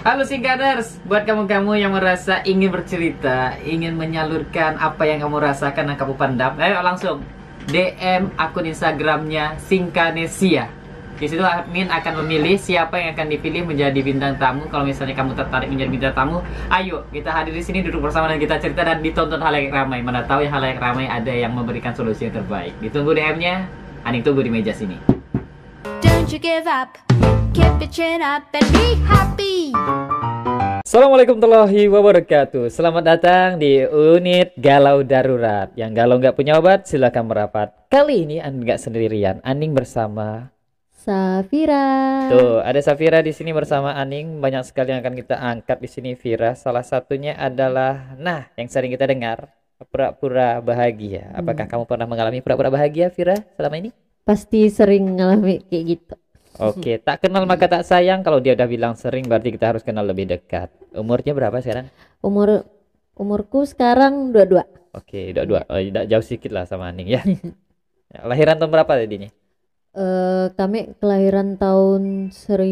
Halo Singkaders, buat kamu-kamu yang merasa ingin bercerita, ingin menyalurkan apa yang kamu rasakan dan kamu pandang, ayo langsung DM akun Instagramnya Singkanesia. Di situ admin akan memilih siapa yang akan dipilih menjadi bintang tamu. Kalau misalnya kamu tertarik menjadi bintang tamu, ayo kita hadir di sini, duduk bersama dan kita cerita dan ditonton halayak ramai. Mana tahu yang halayak ramai ada yang memberikan solusi yang terbaik. Ditunggu DM-nya, Aning tunggu di meja sini. Don't you give up, keep your chin up and be happy. Assalamualaikum warahmatullahi wabarakatuh. Selamat datang di unit Galau Darurat. Yang galau nggak punya obat, silakan merapat. Kali ini Aning nggak sendirian. Aning bersama Safira. Tuh, ada Safira di sini bersama Aning. Banyak sekali yang akan kita angkat di sini, Vira. Salah satunya adalah, yang sering kita dengar, pura-pura bahagia. Apakah kamu pernah mengalami pura-pura bahagia, Vira, selama ini? Pasti sering ngalami kayak gitu. Oke, tak kenal maka tak sayang. Kalau dia udah bilang sering, berarti kita harus kenal lebih dekat. Umurnya berapa sekarang? Umurku sekarang 22. Oke, dua. Oh, jauh sedikit lah sama Aning ya. Lahiran tahun berapa tadinya? Kami kelahiran tahun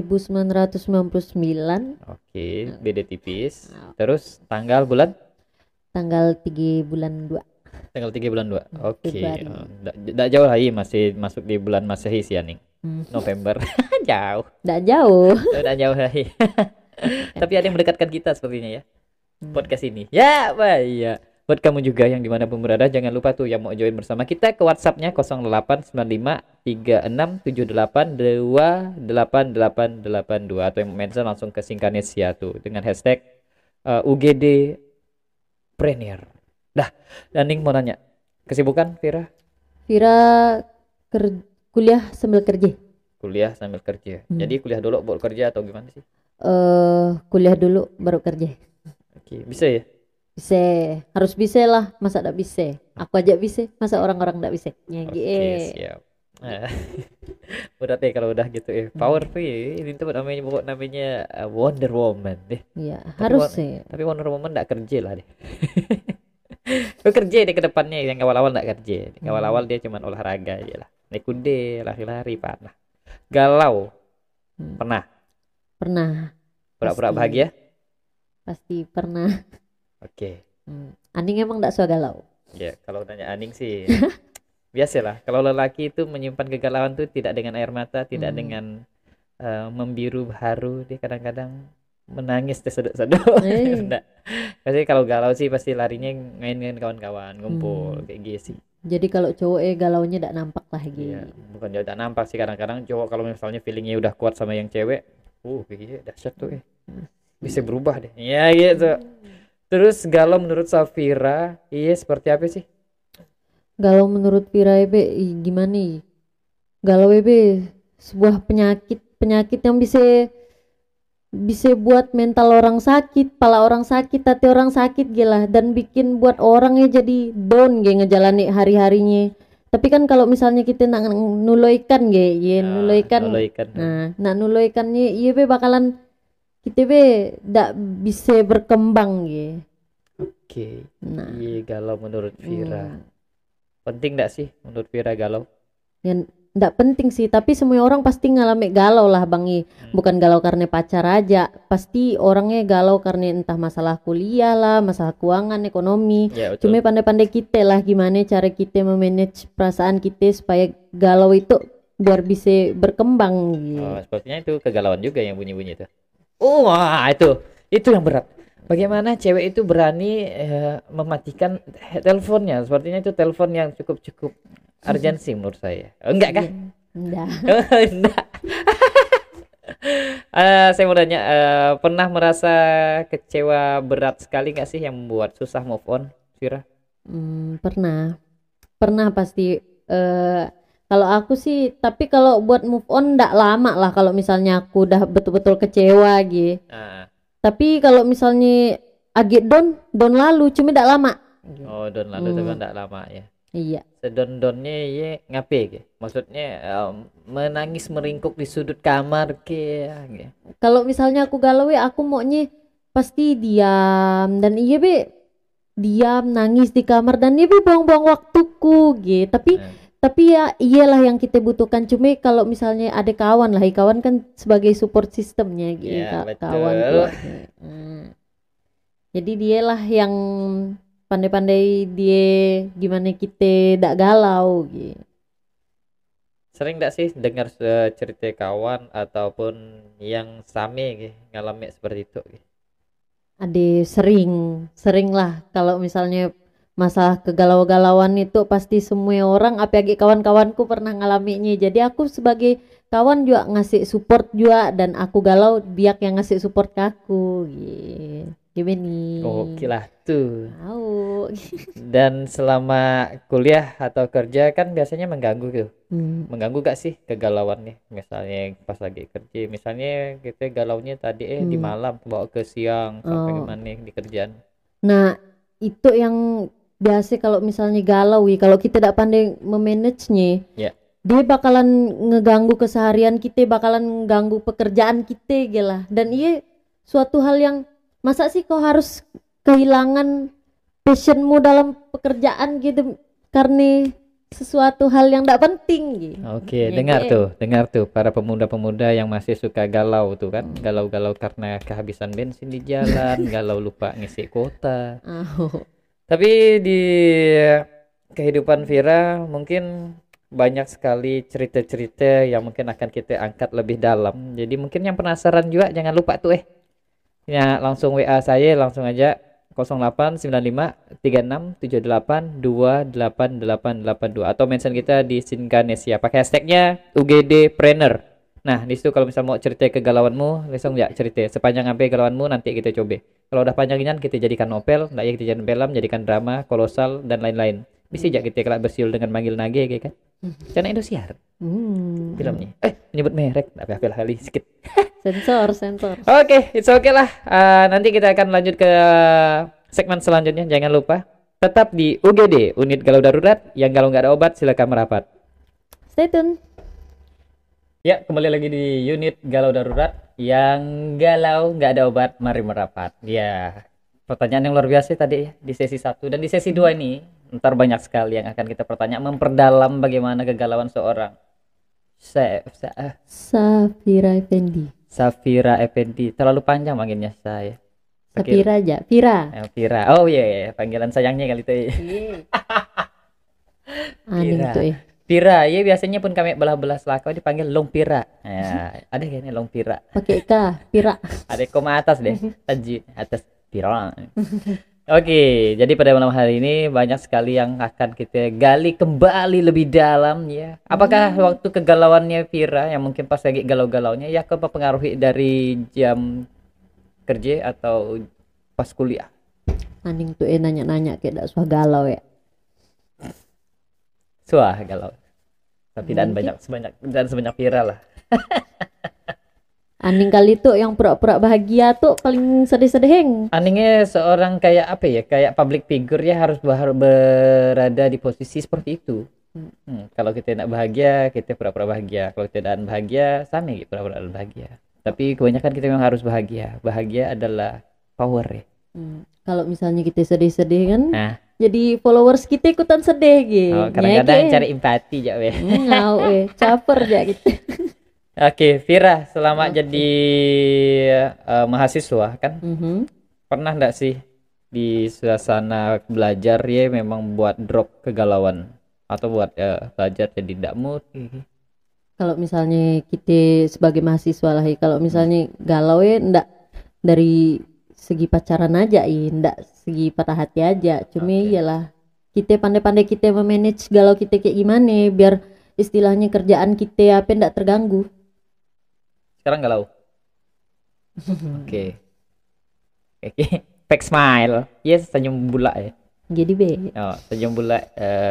1999, Oke, beda tipis. Terus tanggal bulan? tanggal 3 bulan 2. Tanggal 3 bulan 2. Oke. Februari. Nggak jauh lagi, masih masuk di bulan Masehi sih Aning. November. Jauh. Nggak jauh. Udah jauh lagi. Tapi ada yang mendekatkan kita sepertinya ya. Podcast ini. Ya, iya. Buat kamu juga yang dimanapun berada, jangan lupa tuh yang mau join bersama kita ke WhatsApp-nya 08953678288882 atau yang mention langsung ke Singkanesia tuh dengan hashtag UGD Premier. Dah, Daning mau nanya, kesibukan Vira? Vira kuliah sambil kerja. Kuliah sambil kerja. Jadi kuliah dulu baru kerja atau gimana sih? Kuliah dulu baru kerja. Oke, bisa ya? Bisa, harus bisa lah. Masa nggak bisa? Aku aja bisa. Masa orang-orang nggak bisa? Oke, siap. Udah deh kalau udah gitu ya. Powerful ya. Ini tuh namanya Wonder Woman deh. Iya, Tapi harus sih. Tapi Wonder Woman nggak kerja lah deh. Lu kerja deh ke depannya, yang awal-awal nggak kerja. Yang awal-awal dia cuma olahraga aja lah. Naik kuda, lari-lari, panah. Galau. Pernah? Pernah. Pura-pura Pasti. bahagia? Pasti pernah. Oke. Aning emang nggak suka galau. Ya, kalau nanya Aning sih biasalah. Kalau lelaki itu menyimpan kegalauan tuh tidak dengan air mata, tidak dengan membiru haru, dia kadang-kadang menangis terseduk-seduk. Enggak. Pasti kalau galau sih pasti larinya main dengan kawan-kawan, ngumpul kayak gitu sih. Jadi kalau cowok galaunya nggak nampak lagi. Iya, bukan jauh tak nampak sih, kadang-kadang cowok kalau misalnya feelingnya udah kuat sama yang cewek, iya dahsyat tuh bisa berubah deh. Iya gitu. Terus galau menurut Safira, seperti apa sih? Galau menurut Vira gimana nih? Galau sebuah penyakit yang bisa buat mental orang sakit, pala orang sakit, hati orang sakit gila, dan bikin buat orangnya jadi down ngejalani hari-harinya. Tapi kan kalau misalnya kita nak nuloikan nuloikan. Nak nuloikannya bakalan kita ndak bisa berkembang Oke. Nah. Iya, galau menurut Vira. Penting ndak sih menurut Vira galau? Ya ndak penting sih, tapi semua orang pasti ngalami galau lah Bang Bukan galau karena pacar aja, pasti orangnya galau karena entah masalah kuliah lah, masalah keuangan, ekonomi. Ya, betul. Cuma pandai-pandai kita lah gimana cara kita memanage perasaan kita supaya galau itu biar bisa berkembang Sepertinya itu kegalauan juga yang bunyi-bunyi itu. Itu yang berat. Bagaimana cewek itu berani mematikan teleponnya? Sepertinya itu telepon yang cukup urgensi menurut saya. Enggak kah? Enggak. Enggak. Saya mau nanya, pernah merasa kecewa berat sekali nggak sih yang membuat susah move on, Vira? Pernah pasti. Kalau aku sih, tapi kalau buat move on ndak lama lah kalau misalnya aku udah betul-betul kecewa Tapi kalau misalnya agak down lalu, cuma ndak lama. Down lalu tapi ndak lama ya. Iya. Sedon-donnya ngapain? Maksudnya menangis meringkuk di sudut kamar Kalau misalnya aku galau aku maunya pasti diam dan diam nangis di kamar dan buang-buang waktuku Tapi tapi ya iyalah yang kita butuhkan. Cuma kalau misalnya ada kawan lah, kawan kan sebagai support sistemnya gitu, Ya, betul. kawan tuh. Jadi dialah yang pandai-pandai dia gimana kita tidak galau gitu. Sering nggak sih dengar cerita kawan ataupun yang same gitu, ngalami seperti itu gitu? Ada sering lah kalau misalnya masalah kegalau-galauan itu pasti semua orang, apalagi kawan-kawanku pernah ngalaminya. Jadi aku sebagai kawan juga ngasih support juga, dan aku galau biar yang ngasih support ke aku gitu. Gimana nih? Oke lah tuh. Tahu. Dan selama kuliah atau kerja kan biasanya mengganggu tuh. Mengganggu gak sih kegalauannya? Misalnya pas lagi kerja, misalnya kita galaunya tadi di malam bawa ke siang sampai gimana di kerjaan. Nah, itu yang biasa kalau misalnya galau, kalau kita tidak pandai memanagenya, Ya. dia bakalan ngeganggu keseharian kita, bakalan ganggu pekerjaan kita gitu lah. Dan iya suatu hal yang masa sih kau harus kehilangan passionmu dalam pekerjaan gitu karena sesuatu hal yang tidak penting gitu. Oke, Ya, dengar tuh para pemuda-pemuda yang masih suka galau tuh kan, galau-galau karena kehabisan bensin di jalan, galau lupa ngisi kuota. Tapi di kehidupan Vira mungkin banyak sekali cerita-cerita yang mungkin akan kita angkat lebih dalam. Jadi mungkin yang penasaran juga jangan lupa tuh ya langsung WA saya langsung aja 089536782882 atau mention kita di Sinkanesia pakai hashtagnya UGDpreneur. Nah di situ kalau misalnya mau cerita kegalauanmu langsung ya cerita sepanjang sampai galauanmu, nanti kita coba. Kalau udah panjangin kita jadikan novel, nggak ya kita jadikan film, jadikan drama, kolosal dan lain-lain. Bisa aja kita kelak bersiul dengan manggil nage kayak kan. Karena Indosiar filmnya. Menyebut merek, tapi apa kali sedikit. Sensor. Oke, it's okay lah. Nanti kita akan lanjut ke segmen selanjutnya. Jangan lupa tetap di UGD, Unit Galau Darurat. Yang galau nggak ada obat, silakan merapat. Stay tune. Ya, kembali lagi di Unit Galau Darurat. Yang galau nggak ada obat, mari merapat. Ya, pertanyaan yang luar biasa tadi ya, di sesi 1 dan di sesi 2 ini. Ntar banyak sekali yang akan kita pertanyaan, memperdalam bagaimana kegalauan seorang Safira Effendi. Terlalu panjang manggilnya saya. Safira aja, Vira. Vira. Oh iya, panggilan sayangnya kali itu. Aneh tuh Pira, ya biasanya pun kami belah-belah selakau dipanggil Long Pira. Ya, ada kayaknya Long Pira. Pakai K, Pira. Ada koma atas deh, taji atas Pira. Oke, jadi pada malam hari ini banyak sekali yang akan kita gali kembali lebih dalam ya. Apakah waktu kegalauannya Vira yang mungkin pas lagi galau-galaunya ya mempengaruhi dari jam kerja atau pas kuliah? Aning tuh nanya-nanya kayak dak suah galau ya. Suah galau. Tapi dan sebanyak Vira lah. Aning kali tuh yang pura-pura bahagia tuh paling sedih-sedih. Aningnya seorang kayak apa ya, kayak public figure ya harus berada di posisi seperti itu. Kalau kita tidak bahagia, kita pura-pura bahagia. Kalau tidak bahagia, sama gitu pura-pura bahagia. Tapi kebanyakan kita memang harus bahagia. Bahagia adalah power ya. Kalau misalnya kita sedih-sedih kan, jadi followers kita ikutan sedih gitu. Kadang-kadang cari empati ya weh. Caper ya gitu. Oke, Vira, selama jadi mahasiswa kan, pernah nggak sih di suasana belajar ya memang buat drop kegalauan atau buat belajar jadi tidak mood? Kalau misalnya kita sebagai mahasiswa lah, kalau misalnya galau ya ndak dari segi pacaran aja, ndak segi patah hati aja. Cuma iyalah kita pandai-pandai kita memanage galau kita kayak gimana biar istilahnya kerjaan kita apa ndak terganggu. Sekarang galau. Oke. Fake smile. Yes, senyum bula ya. Jadi senyum bula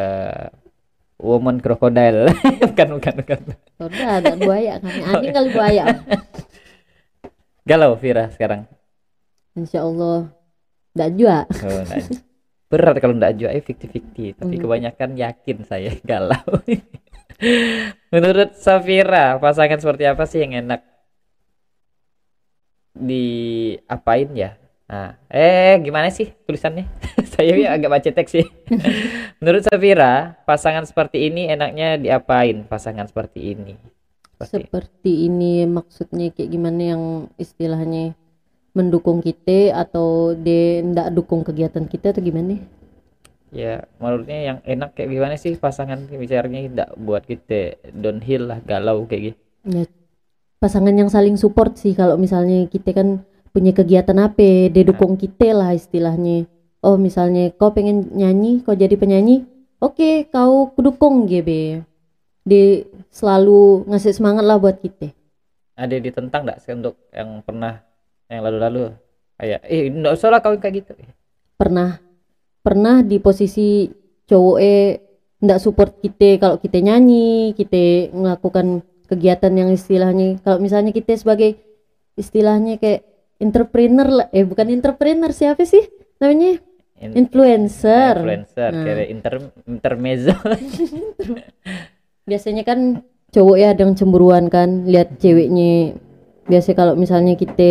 woman crocodile. bukan. Udah ada buaya kami. Anjing kali buaya. Galau Vira sekarang. Insya Allah ndak juga. Berat kalau ndak juga 50-50, tapi kebanyakan yakin saya galau. Menurut Safira, pasangan seperti apa sih yang enak diapain ya Nah, gimana sih tulisannya? Saya ya agak baca teks sih. Menurut Safira, pasangan seperti ini enaknya diapain? Pasangan seperti ini. Seperti ini maksudnya kayak gimana, yang istilahnya mendukung kita atau dia ndak dukung kegiatan kita atau gimana? Ya, menurutnya yang enak kayak gimana sih pasangan bicaranya tidak buat kita downhill lah, galau kayak gitu. Ya, pasangan yang saling support sih. Kalau misalnya kita kan punya kegiatan apa, dia dukung kita lah istilahnya. Oh misalnya kau pengen nyanyi, kau jadi penyanyi, oke kau dukung GB. Dia selalu ngasih semangat lah buat kita. Ada ditentang nggak sih untuk yang pernah yang lalu-lalu kayak nggak usah lah kau kayak gitu? Pernah di posisi cowok ndak support kita kalau kita nyanyi, kita melakukan kegiatan yang istilahnya, kalau misalnya kita sebagai istilahnya kayak entrepreneur lah, bukan entrepreneur, siapa sih namanya, influencer. Nah, kayak intermezzo. biasanya kan cowok ya ada yang cemburuan kan lihat ceweknya. Biasa kalau misalnya kita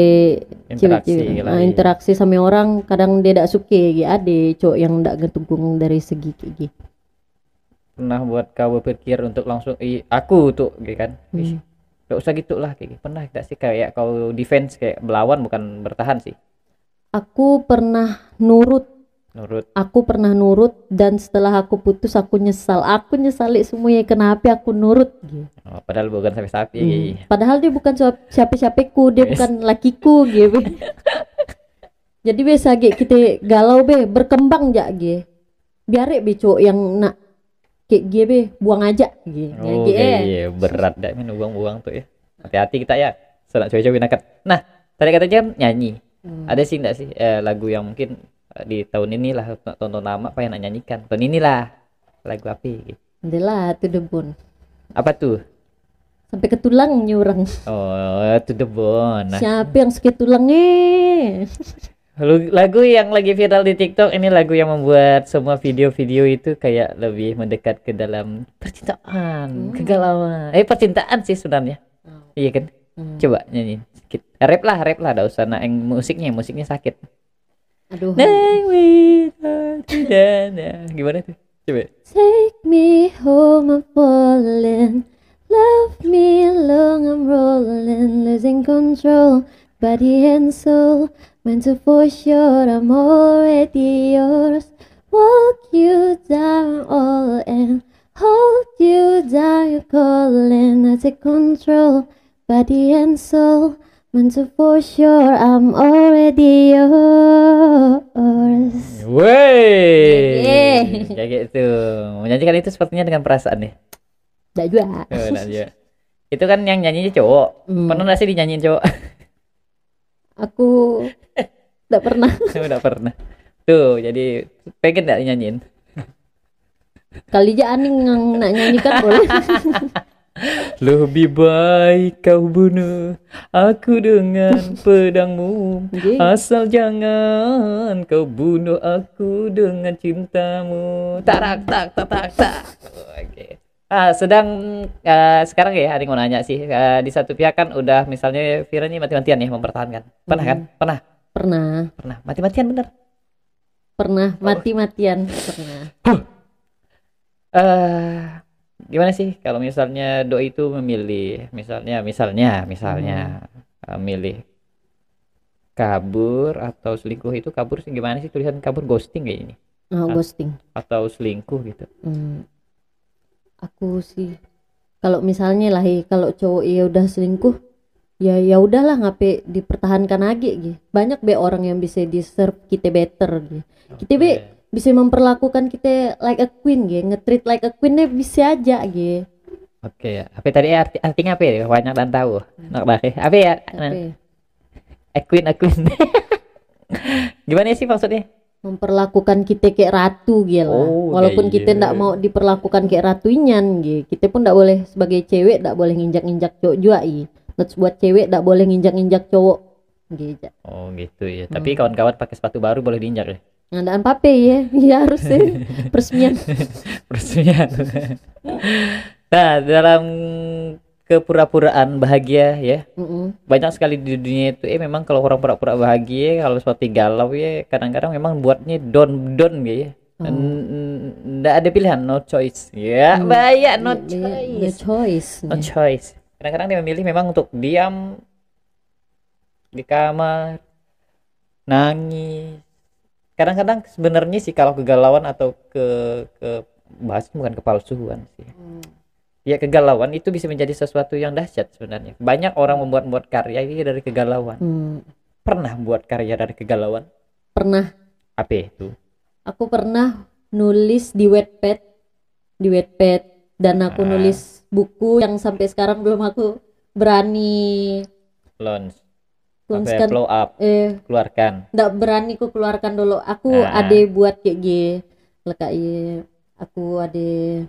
interaksi sama orang, kadang dia tidak suka gitu. Ada cowok yang tidak ngedukung dari segi kayak gitu. Pernah buat kau berpikir untuk langsung aku tuh gitu kan? Gak usah gitu lah kayak gitu. Pernah tidak sih kayak kau defense, kayak melawan bukan bertahan sih? Aku pernah nurut. Aku pernah nurut, dan setelah aku putus aku nyesali semuanya kenapa aku nurut gitu. Padahal bukan sapi-sapi. Padahal dia bukan siapa-siapaku, dia bukan lakiku gitu. Jadi biasa kita galau berkembang gitu. Biar cowok yang nak kayak buang aja gitu. Iya, berat dah buang-buang tuh ya. Hati-hati kita ya, serak cewek-cewek nakal. Nah, tadi katanya nyanyi. Ada sih enggak sih lagu yang mungkin di tahun inilah tonton lama apa yang nak nyanyikan? Tahun inilah lagu apa gitu. Adalah To The Bone. Apa tuh? Sampai ke tulangnya orang. Oh, To The Bone. Nah. Siapa yang sakit tulangnya? Lagu yang lagi viral di TikTok ini, lagu yang membuat semua video-video itu kayak lebih mendekat ke dalam percintaan, kegalauan. Percintaan sih sebenarnya. Iya kan? Coba nyanyi sedikit. Rap lah, enggak usah yang musiknya sakit. Aduh. Gimana tuh? Coba. Take me home, I'm falling. Love me long, I'm rolling, losing control, body and soul. Meant to for sure, I'm already yours. Walk you down all and hold you down, you're calling. I take control, body and soul. Meant to for sure, I'm already yours. Wey, kayak gitu. Menyanyikan itu sepertinya dengan perasaan nih. Nggak juga. Itu kan yang nyanyinya cowok. Pernah nggak sih dinyanyiin cowok? Aku nggak pernah. Nggak pernah. Tuh, jadi pengen nggak nyanyiin? Kali aja Aning yang nak nyanyikan boleh. Lebih baik kau bunuh aku dengan pedangmu, asal jangan kau bunuh aku dengan cintamu. Tak. Oke. Sekarang ya, Aning mau nanya sih, di satu pihak kan udah misalnya Vira ini mati-matian ya mempertahankan. Pernah kan? Pernah. Mati-matian bener? Pernah, mati-matian pernah. Gimana sih kalau misalnya doi itu memilih misalnya milih kabur atau selingkuh? Itu kabur sih gimana sih, tulisan kabur ghosting kayak ini? Ghosting atau selingkuh gitu. Aku sih kalau misalnya lah kalau cowok ya udah selingkuh, ya udahlah, ngapain dipertahankan lagi gitu. Banyak orang yang bisa deserve kita better gitu. Kita bisa memperlakukan kita like a queen gitu, nge-treat like a queen bisa aja gitu. Oke ya. Apa tadi artinya apa ya? Banyak dan tahu. Apa ya? A queen. Gimana sih maksudnya? Memperlakukan kita kayak ratu gitu lah. Walaupun kita ndak mau diperlakukan kayak ratunya gitu. Kita pun ndak boleh sebagai cewek ndak boleh nginjak-nginjak cowok juga Terus buat cewek ndak boleh nginjak-nginjak cowok gitu. Oh gitu ya. Tapi kawan-kawan pakai sepatu baru boleh diinjak ya? Ngandaan pape ya harus peresmian. Nah, dalam kepura-puraan bahagia ya. Mm-mm. Banyak sekali di dunia itu memang kalau orang pura-pura bahagia, kalau suatu galau ya kadang-kadang memang buatnya down ya. Nggak ada pilihan, no choice. Ya, banyak no The choice. choice. No choice. Kadang-kadang dia memilih memang untuk diam di kamar, nangis. Kadang-kadang sebenarnya sih kalau kegalauan atau ke bahas bukan kepalsuan sih. Ya kegalauan itu bisa menjadi sesuatu yang dahsyat sebenarnya. Banyak orang membuat karya ini dari kegalauan. Pernah buat karya dari kegalauan? Pernah. Apa itu? Aku pernah nulis di Wattpad, dan aku nulis buku yang sampai sekarang belum aku berani Launch. tuliskan. Blow up. Keluarkan. Nggak berani ku keluarkan dulu. Aku ade buat kayak gitu. Aku ade.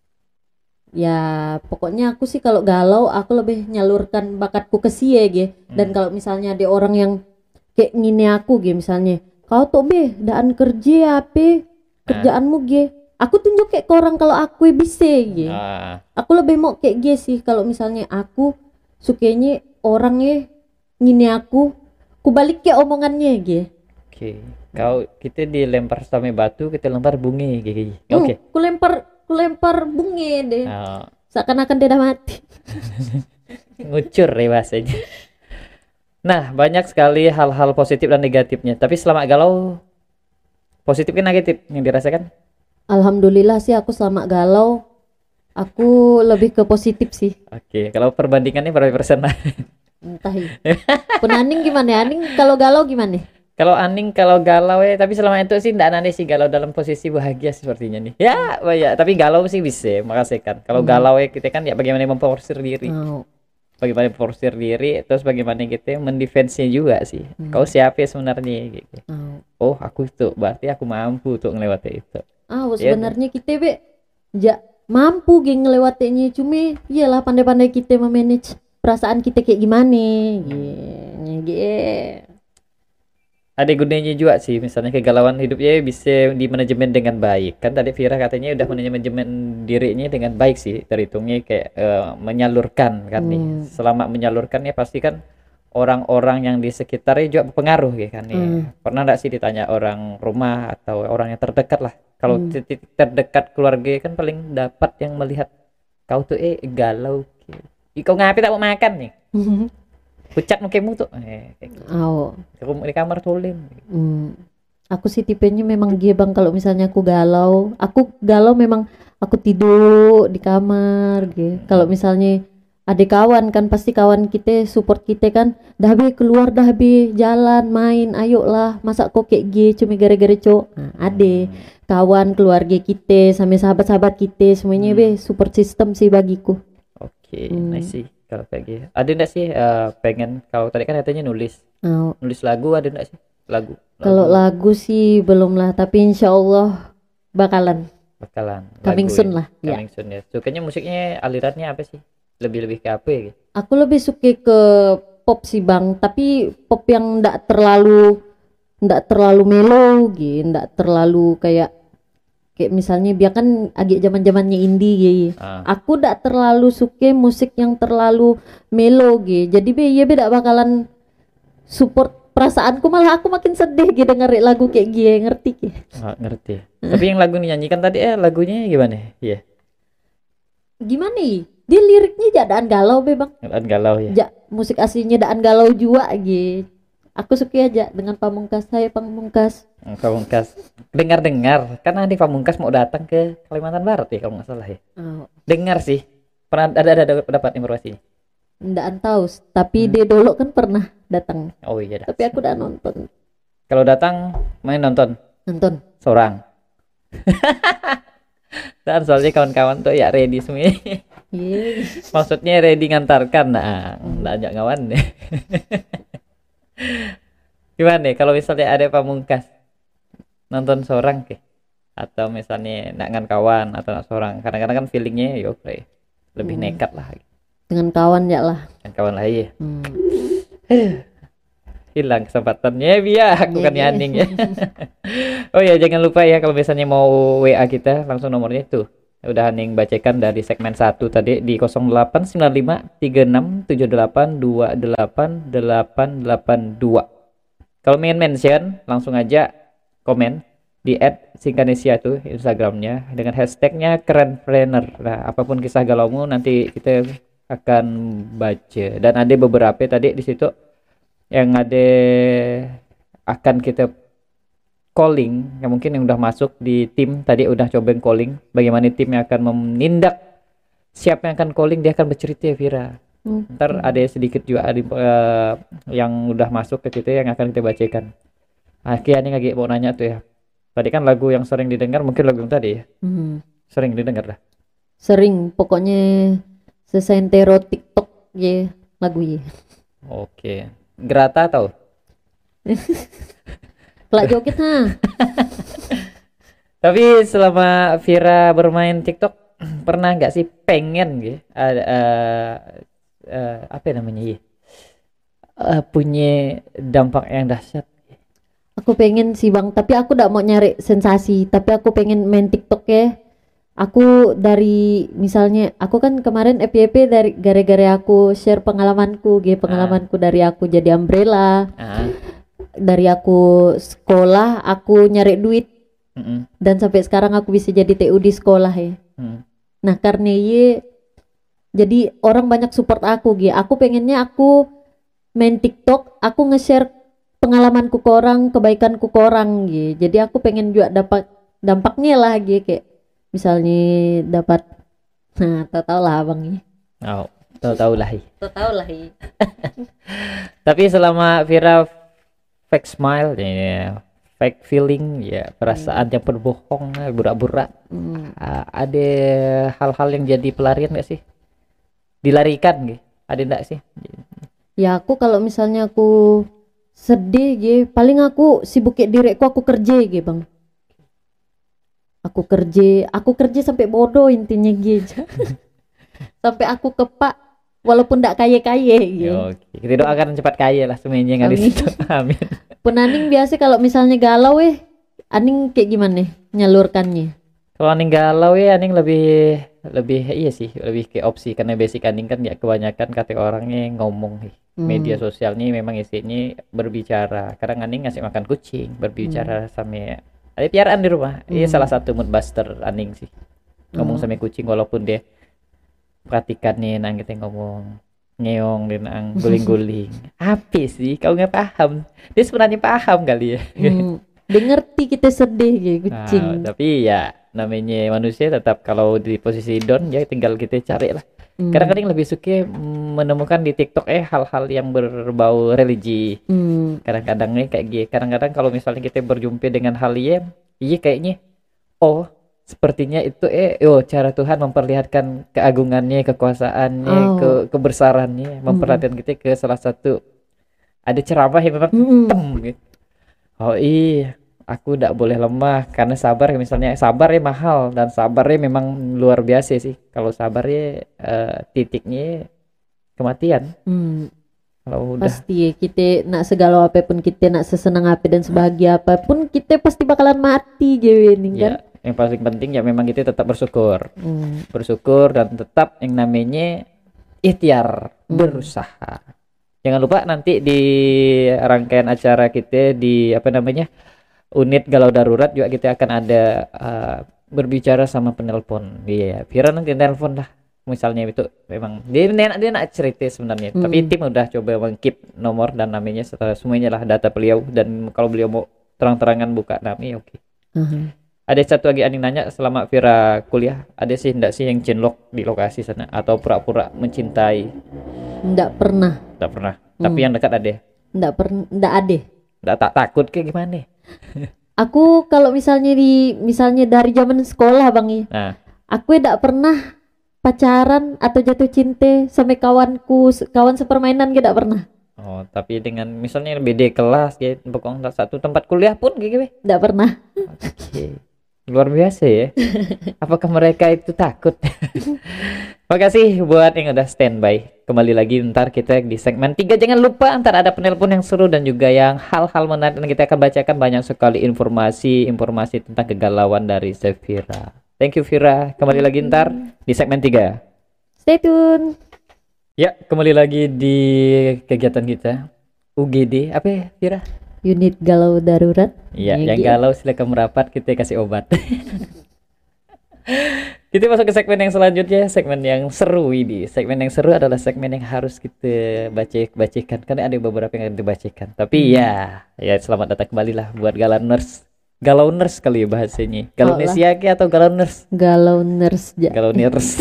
Ya pokoknya aku sih kalau galau aku lebih nyalurkan bakatku ke sie gitu. Dan kalau misalnya ada orang yang kayak ngini aku gitu misalnya, kau tuh daan kerja apa kerjaanmu gitu, aku tunjuk kayak ke orang kalau aku bisa gitu. Aku lebih mau kayak gitu sih. Kalau misalnya aku sukanya orangnya ngini aku balik kayak omongannya gitu. Oke. Kau kita dilempar sama batu, kita lempar bunga gitu. Oke. Ku lempar bunga deh. Seakan-akan dia udah mati. Ngucur ya bahasanya. Nah, banyak sekali hal-hal positif dan negatifnya. Tapi selama galau, positif kan negatif yang dirasakan? Alhamdulillah sih aku selama galau, aku lebih ke positif sih. Oke, kalau perbandingannya berapa persen? Entah ya. Pun Aning gimana? Aning kalau galau gimana? Kalau Aning kalau galau ya, tapi selama itu sih ndak aneh sih galau dalam posisi bahagia sepertinya nih. Ya, banyak. Tapi galau sih bisa, makasih kan. Kalau galau ya kita kan ya bagaimana memporsir diri. Bagaimana memporsir diri, terus bagaimana kita mendefense-nya juga sih. Kau siapa sebenarnya gitu. Oh, aku itu, berarti aku mampu untuk ngelewati itu. Sebenarnya kita mampu geng ngelewatinya, cuma iyalah pandai-pandai kita memanage perasaan kita kayak gimana. Ada gunanya juga sih, misalnya kegalauan hidupnya bisa dimanajemen dengan baik. Kan tadi Vira katanya udah manajemen dirinya dengan baik sih, terhitungnya kayak menyalurkan kan nih. Selama menyalurkannya pasti kan orang-orang yang di sekitarnya juga berpengaruh ya kan nih. Pernah enggak sih ditanya orang rumah atau orang yang terdekat lah. Kalau terdekat keluarga kan paling dapat yang melihat kau tuh galau. Kau ngapain tak mau makan nih? Pucat mukemu tuh di kamar tulim. Aku sih tipenya memang dia bang, kalau misalnya aku galau memang aku tidur di kamar gitu. Kalau misalnya ada kawan kan pasti kawan kita support kita kan, dah keluar dah jalan main ayolah, masa kok kayak gitu cuma gara-gara cowok. Ada kawan keluarga kita sama sahabat-sahabat kita semuanya support system sih bagiku. Oke, nice sih. Kalau kayak gitu ada enggak sih pengen, kalau tadi kan katanya nulis lagu, ada enggak sih lagu? Kalau lagu sih belum lah, tapi insya Allah bakalan coming soon lah. Coming soon ya. Sukanya musiknya alirannya apa sih? Lebih ke apa gitu? Aku lebih suka ke pop sih bang, tapi pop yang enggak terlalu melo gitu, enggak terlalu kayak misalnya biar kan agak zaman-zamannya indie gitu. Aku ndak terlalu suka musik yang terlalu melo gitu. Jadi beda bakalan support perasaanku, malah aku makin sedih gitu denger lagu kayak gitu, ngerti ki? Ngerti. Tapi yang lagu nyanyikan tadi lagunya gimana? Iya. Gimana nih? Dia liriknya jadaan galau bang. Jadaan galau ya. Musik aslinya daan galau juga gitu. Aku suka aja dengan Pamungkas. Pamungkas. Dengar kan Andi Pamungkas mau datang ke Kalimantan Barat ya kalau nggak salah ya. Dengar sih. Pernah ada dapat informasinya? Nggak tahu, tapi dia dulu kan pernah datang. Oh iya dah. Tapi aku udah nonton. Kalau datang main nonton. Seorang. Dan soalnya kawan-kawan tuh ya ready semua. Maksudnya ready ngantarkan. Nggak ajak ngawan deh. Gimana nih kalau misalnya ada Pamungkas nonton seorang ke, atau misalnya nak ngan kawan atau nak seorang, kadang-kadang kan feelingnya lebih nekat lah dengan kawan ya lah. Dengan kawan lah ya. Hilang kesempatannya aku kan Yaning ya. Oh ya, jangan lupa ya kalau misalnya mau WA kita langsung nomornya tuh Udah Aning bacakan dari segmen 1 tadi di 0895 36782882. Kalau ingin mention langsung aja komen di @singkanesia itu Instagramnya dengan hashtagnya kerenpreneur. Nah, apapun kisah galaumu nanti kita akan baca. Dan ada beberapa tadi di situ yang ada akan kita calling, yang mungkin yang udah masuk di tim tadi udah coba calling. Bagaimana tim yang akan menindak siapa yang akan calling, dia akan bercerita ya Vira. Ntar ada sedikit juga yang udah masuk ke kita yang akan kita bacakan. Akhirnya lagi mau nanya tuh ya. Tadi kan lagu yang sering didengar mungkin lagu yang tadi ya. Sering didengar lah. Sering, pokoknya sesentero TikTok ya lagu ya. Oke. Grata tahu? Kelak joget ha. Tapi selama Vira bermain TikTok pernah nggak sih pengen gitu apa namanya ya? Punya dampak yang dahsyat. Aku pengen sih bang, tapi aku gak mau nyari sensasi, tapi aku pengen main TikTok ya. Aku dari misalnya, aku kan kemarin FYP dari gara-gara aku share pengalamanku dari aku jadi umbrella, dari aku sekolah, aku nyari duit, dan sampai sekarang aku bisa jadi TU di sekolah ya. Nah karena jadi orang banyak support aku gitu. Aku pengennya aku main TikTok, aku nge-share pengalamanku ke orang, kebaikanku ke orang gitu. Jadi aku pengen juga dapat dampaknya lah gitu, kayak misalnya dapat, nah tahu lah abang ya. Oh, tahu lah. Tahu lah ya. Tapi selama Vira fake smile ya, fake feeling ya, perasaan yang berbohong, burak-burak, ada hal-hal yang jadi pelarian nggak sih? Dilarikan gitu, ada enggak sih? Ya aku kalau misalnya aku sedih gitu, paling aku sibuk diriku, aku kerja gitu bang. Aku kerja sampai bodoh intinya gitu. Sampai aku kepak walaupun ndak kaya-kaya gitu. Oke, kita doakan cepat kaya lah semuanya yang ada di situ. Amin. Penaning biasa kalau misalnya galau Aning kayak gimana nyalurkannya? Kalau Aning galau Aning lebih iya sih, lebih ke opsi, karena basic Aning kan ya kebanyakan kata orangnya ngomong media sosialnya memang isinya berbicara. Kadang Aning ngasih makan kucing, berbicara sama ada piaraan di rumah. Iya salah satu mood buster Aning sih. Ngomong sama kucing walaupun dia perhatikan nih nang kita ngomong ngeong dan nang guling-guling. Apa sih? Kau nggak paham? Dia sebenarnya paham kali ya. Dia ngerti kita sedih gitu kucing. Nah, tapi ya namanya manusia tetap kalau di posisi down ya tinggal kita cari lah. Kadang-kadang lebih suka menemukan di TikTok hal-hal yang berbau religi. Kadang-kadang kayak gitu. Kadang-kadang kalau misalnya kita berjumpa dengan hal iya kayaknya sepertinya itu cara Tuhan memperlihatkan keagungannya, kekuasaannya, kebesarannya, memperlihatkan kita ke salah satu ada ceramah yang memang gitu. Oh iya, aku tidak boleh lemah karena sabar. Misalnya sabar mahal dan sabarnya memang luar biasa sih. Kalau sabarnya titiknya kematian. Kalau udah pasti kita nak segala apapun, kita nak sesenang apa dan sebahagia apapun, kita pasti bakalan mati gitu kan. Ya, yang paling penting ya memang kita tetap bersyukur. Bersyukur dan tetap yang namanya ikhtiar, berusaha. Jangan lupa nanti di rangkaian acara kita di unit galau darurat juga kita akan ada berbicara sama penelpon. Iya, Vira nanti telepon lah. Misalnya itu memang dia nak cerita sebenarnya, tapi tim udah coba mengkeep nomor dan namanya semuanya lah data beliau, dan kalau beliau mau terang-terangan buka nami oke. Ada satu lagi Aning nanya, selama Vira kuliah ada sih enggak sih yang cinlok di lokasi sana atau pura-pura mencintai? Enggak pernah. Tapi yang dekat ada? Enggak ada. Enggak takut kayak gimana? Aku kalau misalnya dari zaman sekolah bang ya, aku enggak pernah pacaran atau jatuh cinta sama kawan sepermainan, tidak pernah. Oh, tapi dengan misalnya beda kelas gitu, pokoknya satu tempat kuliah pun gitu. Tidak pernah. Oke. Luar biasa ya. Apakah mereka itu takut? Makasih buat yang udah standby. Kembali lagi ntar kita di segmen 3. Jangan lupa ntar ada penelpon yang seru dan juga yang hal-hal menarik, dan kita akan bacakan banyak sekali informasi tentang kegalauan dari Vira. Thank you Vira. Kembali lagi ntar di segmen 3. Stay tune. Ya, kembali lagi di kegiatan kita UGD apa ya Vira? Unit galau darurat. Iya, Ya, yang gitu. galau silakan merapat, kita kasih obat. Kita masuk ke segmen yang selanjutnya, segmen yang seru ini. Segmen yang seru adalah segmen yang harus kita bacakan karena ada beberapa yang harus dibacakan. Tapi ya selamat datang kembali lah buat Galauners kali ya bahasanya. Galaunesia atau Galauners? Galauners ja. Galauners.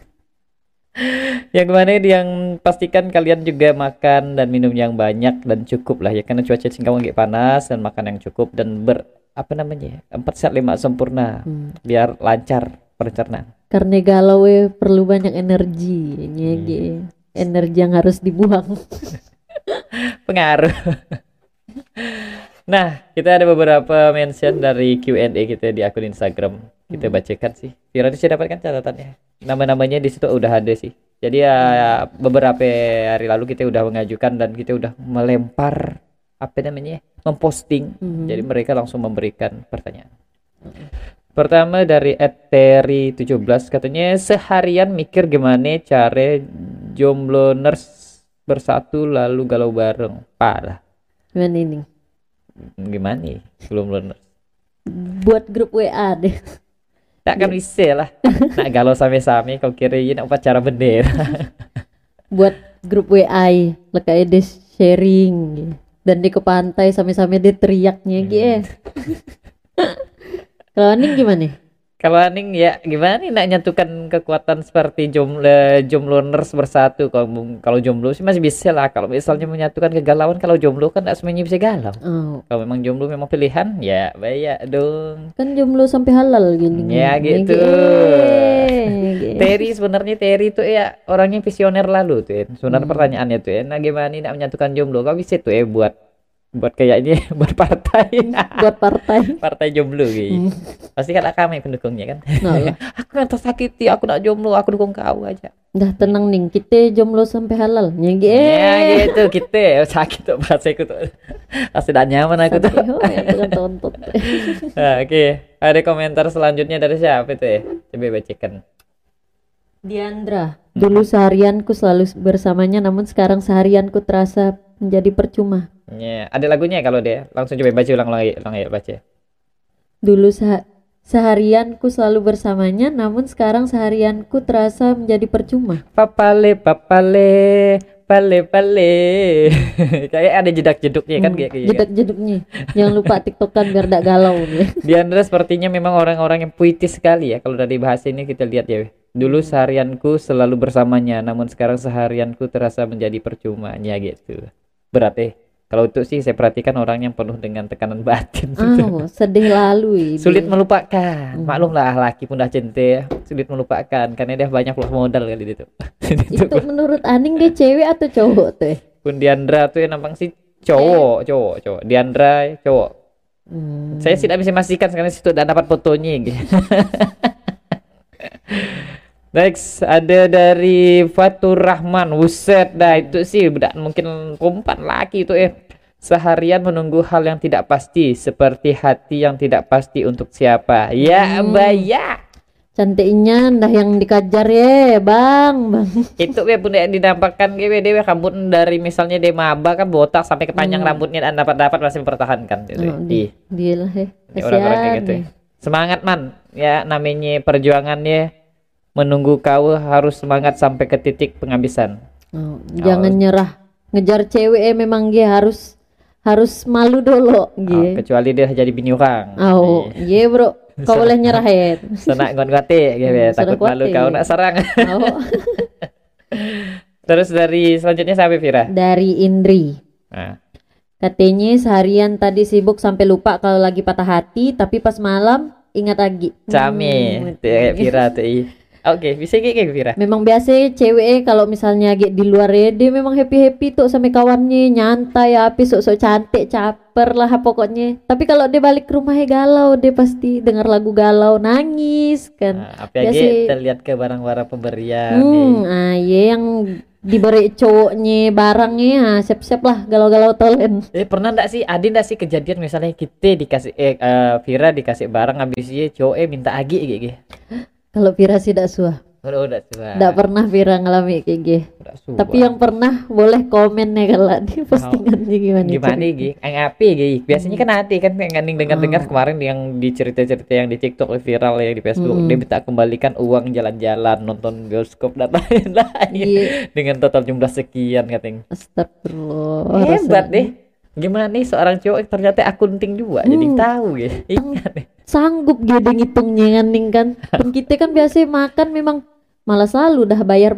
Yang kemana yang pastikan kalian juga makan dan minum yang banyak dan cukup lah ya, karena cuaca Singkawang lagi panas, dan makan yang cukup dan 4 sehat 5 sempurna biar lancar pencernaan. Karena galau perlu banyak energi, nyege. Energi yang harus dibuang. Pengaruh. Nah, kita ada beberapa mention dari Q&A kita di akun Instagram. Kita bacakan sih. Vira bisa dapatkan catatannya. Nama-namanya di situ udah ada sih. Jadi ya beberapa hari lalu kita udah mengajukan dan kita udah melempar memposting. Jadi mereka langsung memberikan pertanyaan. Pertama dari @teri17 katanya seharian mikir gimana cara jombloers bersatu lalu galau bareng. Parah. Gimana ini? Gimana nih belum Buat grup WA deh. tak kan bisa lah nak galau same-same kau kirain upacara bendera. Buat grup WA lekai deh sharing dan di ke pantai same-same dia teriaknya gitu. Kalau Aning gimana? Kalau Aning ya gimana nih nak nyatukan kekuatan seperti jombloers bersatu. Kalau jomblo sih masih bisa lah. Kalau misalnya menyatukan kegalauan, kalau jomblo kan tidak semuanya bisa galau. Kalau memang jomblo memang pilihan ya baik dong. Kan jomblo sampai halal gini. Ya gitu. Terry itu ya orangnya visioner lalu tuh. Sebenarnya pertanyaannya tuh nah gimana nih nak menyatukan jomblo? Kau bisa tuh buat kayak ini buat partai. Buat Partai jomblo gitu. Pasti kan kami pendukungnya kan. Nah, Aku yang tersakiti, aku nak jomblo, aku dukung kau aja. dah tenang nih, kita jomblo sampai halal. Ya gitu kita sakit tuh bahasa tuh. Pasti tidak nyaman aku tuh. Tonton. Nah, oke, ada komentar selanjutnya dari siapa tuh ya? Coba bacakan. Diandra, dulu seharianku selalu bersamanya, namun sekarang seharianku terasa menjadi percuma. Ya, ada lagunya kalau dia. Langsung coba baca ulang lagi baca. Dulu seharianku selalu bersamanya, namun sekarang seharianku terasa menjadi percuma. Papale. Kayak ada jedak-jeduknya kan kayak gitu. Jedak-jeduknya. Jangan lupa tiktokan biar gak galau nih. Diandra sepertinya memang orang-orang yang puitis sekali ya. Kalau dari bahasa ini kita lihat ya. Dulu seharianku selalu bersamanya, namun sekarang seharianku terasa menjadi percuma. Ya gitu. Berarti kalau itu sih saya perhatikan orang yang penuh dengan tekanan batin. Sedih lalu Sulit melupakan. Maklumlah laki pun dah cinta ya. Sulit melupakan karena dia banyak plus modal kali itu. Itu menurut Aning dia cewek atau cowok tuh? Pun Diandra tuh nampang sih cowok. Diandra cowok. Saya tidak bisa memastikan karena situ tidak dapat fotonya gitu. Next ada dari Fatur Rahman. Buset dah itu sih udah mungkin perempuan laki itu seharian menunggu hal yang tidak pasti seperti hati yang tidak pasti untuk siapa. Ya baya. Cantiknya dah yang dikajar ya bang. Itu bunda yang dinampakkan dewe rambut dari misalnya dia maba kan botak sampai kepanjang rambutnya dan dapat masih mempertahankan gitu. Dia lah orang-orang kayak gitu. Semangat man ya namanya perjuangannya. Menunggu kau harus semangat sampai ke titik penghabisan. Jangan nyerah. Ngejar cewek memang dia harus malu dulu. Kecuali dia jadi bini orang. Iya bro. Kau boleh nyerah ya. Senak ngot-ngote takut malu kau nak serang. Terus dari selanjutnya siapa Vira? Dari Indri. Katanya seharian tadi sibuk sampai lupa kalau lagi patah hati, tapi pas malam ingat lagi. Cami, Vira tuh. Oke, bisa kayak Vira. Memang biasa cewek kalau misalnya di luar ya dia memang happy tuh sama kawannya, nyantai apa sok-sok cantik caper lah pokoknya. Tapi kalau dia balik ke rumahnya galau, dia pasti dengar lagu galau nangis kan. Nah, apa aja terlihat ke barang-barang pemberian iya yang diberi cowoknya barangnya, siap-siap lah galau-galau tolen. Pernah ndak sih, ada ndak sih kejadian misalnya kita dikasih Vira dikasih barang habis itu cowok minta agi gitu. Kalau Vira sih tidak suah. Udah suah. Tidak pernah Vira ngalami kayak gitu. Tapi yang pernah boleh komen nih kalau di postingannya gimana gitu. Api gitu. Biasanya kan ada kan yang dengar kemarin yang di cerita-cerita yang di TikTok viral ya di Facebook, dia minta kembalikan uang jalan-jalan, nonton bioskop dan lain-lain dengan total jumlah sekian katanya. Astagfirullah. Hebat deh. Gimana nih seorang cowok ternyata akunting juga jadi tahu gitu. Ingat nih. Sanggup dia ngitungnya kan. Pun kita kan biasa makan memang malah selalu dah bayar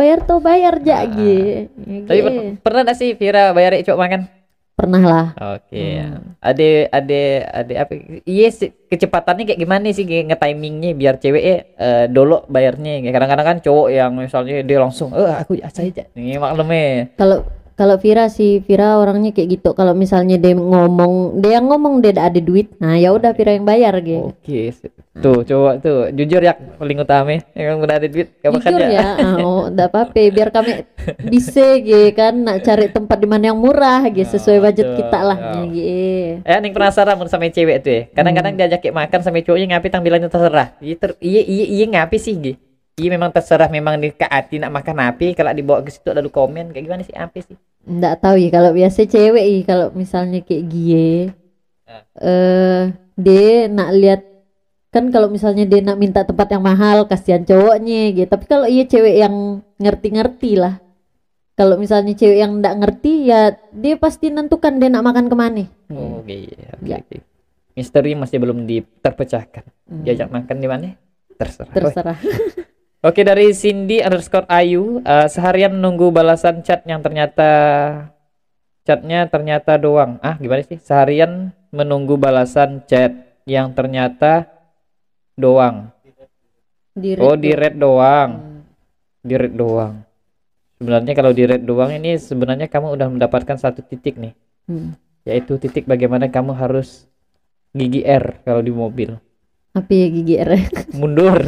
jagi. Tapi pernah gak sih Vira bayar cowok makan? Pernah lah. Oke. Ada apa? Iya sih, kecepatannya kayak gimana sih nge-timingnya biar cewek dulu bayarnya. Kadang-kadang kan cowok yang misalnya dia langsung aku aja nih maklumnya. Kalau Vira orangnya kayak gitu. Kalau misalnya dia ngomong dia ada duit, nah ya udah Vira yang bayar gitu. Oke. Tuh cowok tuh jujur ya paling utama yang udah ada duit jujur ya. Enggak apa-apa biar kami bisa gitu kan nak cari tempat di mana yang murah gitu sesuai budget kita lah gitu. Ning penasaran mun sama cewek tuh ya. Kadang-kadang diajak makan sama cowoknya ngapi tang bilangnya terserah. Iya ngapi sih gitu. Iya memang terserah memang di hati nak makan api kalau dibawa ke situ lalu komen kayak gimana sih api sih? Nggak tahu ya kalau biasa cewek kalau misalnya kayak gie dia nak lihat kan kalau misalnya dia nak minta tempat yang mahal kasihan cowoknya gitu. Tapi kalau iya cewek yang ngerti lah. Kalau misalnya cewek yang nggak ngerti ya dia pasti nentukan dia nak makan kemana. Oke. Misteri masih belum terpecahkan. Diajak makan di mana? Terserah. Oke, dari Cindy_Ayu, seharian nunggu balasan chatnya ternyata doang. Gimana sih? Seharian menunggu balasan chat yang ternyata doang. Di red doang. Di red doang. Sebenarnya kalau di red doang ini sebenarnya kamu udah mendapatkan satu titik nih. Yaitu titik bagaimana kamu harus gigi R kalau di mobil. Apa ya gigi R? Mundur.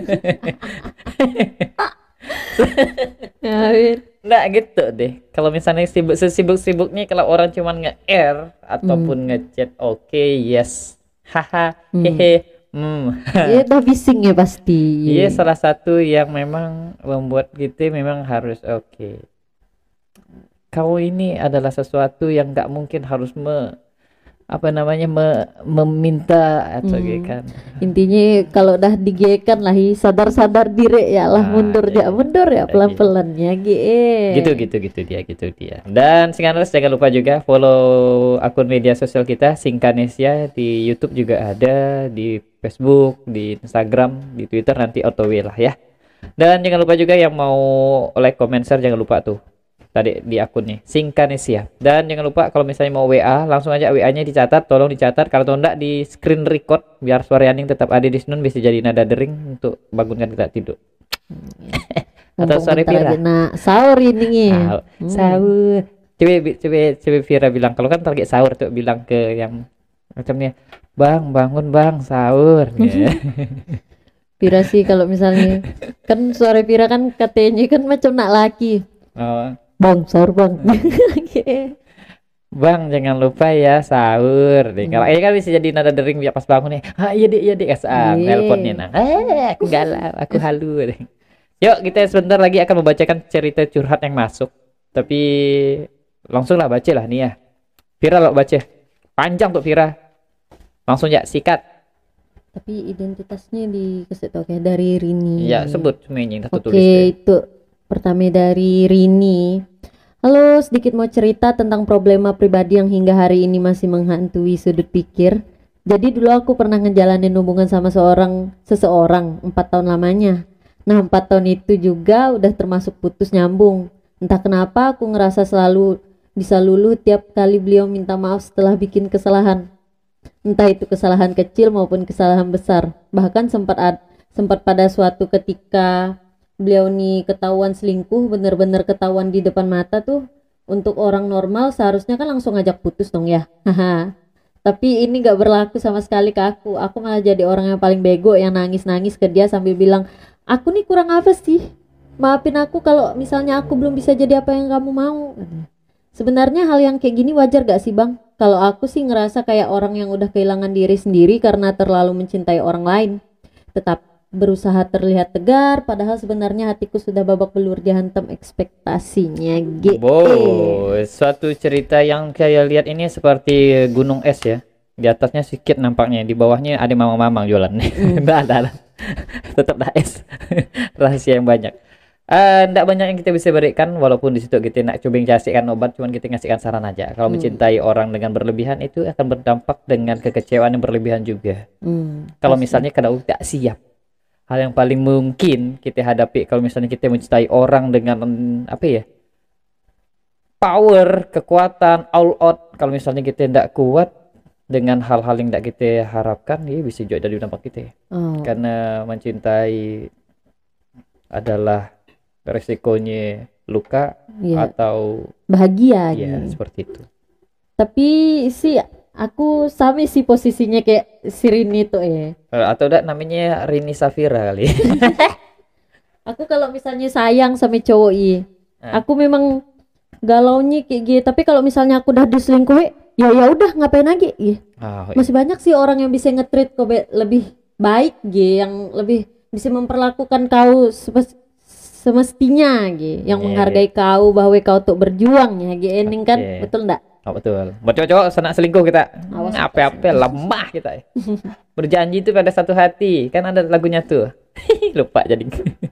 Nggak gitu deh. Kalau misalnya sibuk-sibuknya kalau orang cuman nge-R ataupun ngechat yes, haha, hehe, Iya dah bising ya pasti. Iya salah satu yang memang membuat kita memang harus oke. Kau ini adalah sesuatu yang nggak mungkin harus meminta atau kan. Intinya kalau dah digekan lah sadar diri ya lah mundur ya pelan-pelan ya gitu dia. Dan Singkaners jangan lupa juga follow akun media sosial kita Singkanesia di YouTube juga ada, di Facebook, di Instagram, di Twitter nanti otw lah ya. Dan jangan lupa juga yang mau like, comment, share jangan lupa tuh tadi di akunnya Singkanesia. Dan jangan lupa kalau misalnya mau WA langsung aja WA-nya dicatat, tolong dicatat kalau enggak di screen record biar suara Yaning tetap ada di sini bisa jadi nada dering untuk bangunkan kita tidur. Atau suara Vira. Sahur ini. Sahur. Coba Vira bilang kalau kan target sahur tuh bilang ke yang macamnya Bang bangun bang sahur. Vira sih kalau misalnya kan suara Vira kan katanya kan macam nak laki. Bang sahur bang. Bang jangan lupa ya sahur deh. Kalau ini kan bisa jadi nada dering biar pas bangun nih. Iya dek asal nelponnya aku galau, aku halu deh. Yuk kita sebentar lagi akan membacakan cerita curhat yang masuk. Tapi langsung lah baca lah nih ya. Vira lo baca. Panjang tuh Vira. Langsung ya sikat. Tapi identitasnya dikasih tau kayak dari Rini. Ya sebut semuanya yang tulis. Oke itu. Pertama dari Rini. Halo, sedikit mau cerita tentang problema pribadi yang hingga hari ini masih menghantui sudut pikir. Jadi dulu aku pernah ngejalanin hubungan sama seseorang 4 tahun lamanya. Nah 4 tahun itu juga udah termasuk putus nyambung. Entah kenapa aku ngerasa selalu bisa luluh tiap kali beliau minta maaf setelah bikin kesalahan. Entah itu kesalahan kecil maupun kesalahan besar. Bahkan sempat pada suatu ketika beliau nih ketahuan selingkuh, bener-bener ketahuan di depan mata tuh, untuk orang normal seharusnya kan langsung ngajak putus dong ya. Haha. Tapi ini gak berlaku sama sekali ke aku malah jadi orang yang paling bego yang nangis-nangis ke dia sambil bilang, aku nih kurang apa sih, maafin aku kalau misalnya aku belum bisa jadi apa yang kamu mau. Sebenarnya hal yang kayak gini wajar gak sih bang? Kalau aku sih ngerasa kayak orang yang udah kehilangan diri sendiri karena terlalu mencintai orang lain. Tetap berusaha terlihat tegar, padahal sebenarnya hatiku sudah babak belur dihantam ekspektasinya. Suatu cerita yang saya lihat ini seperti gunung es ya. Di atasnya sedikit nampaknya, di bawahnya ada mamang-mamang jualan. Nggak ada. Tetap dah es. Rahasia yang banyak. Nggak banyak yang kita bisa berikan, walaupun di situ kita nak coba kasihkan obat, cuman kita ngasihkan saran aja. Kalau mencintai orang dengan berlebihan itu akan berdampak dengan kekecewaan yang berlebihan juga. Kalau misalnya kada tidak siap, hal yang paling mungkin kita hadapi kalau misalnya kita mencintai orang dengan apa ya, power, kekuatan, all out. Kalau misalnya kita tidak kuat dengan hal-hal yang tidak kita harapkan, ya bisa juga dari dampak kita. Karena mencintai adalah resikonya luka atau bahagia ya gitu. seperti itu. Tapi sih aku sama sih posisinya kayak si Rini tuh atau enggak namanya Rini Safira kali. Aku kalau misalnya sayang sama cowok aku memang galaunya kayak gitu. Tapi kalau misalnya aku udah diselingkuhi, ya udah ngapain lagi masih banyak sih orang yang bisa nge-treat kau lebih baik yang lebih bisa memperlakukan kau semestinya yang menghargai kau, bahwa kau tuh berjuang ending kan, betul enggak? Betul. Buat cowok-cowok senang selingkuh kita. Apa-apa lemah kita. Berjanji itu pada satu hati. Kan ada lagunya tuh. Lupa jadi.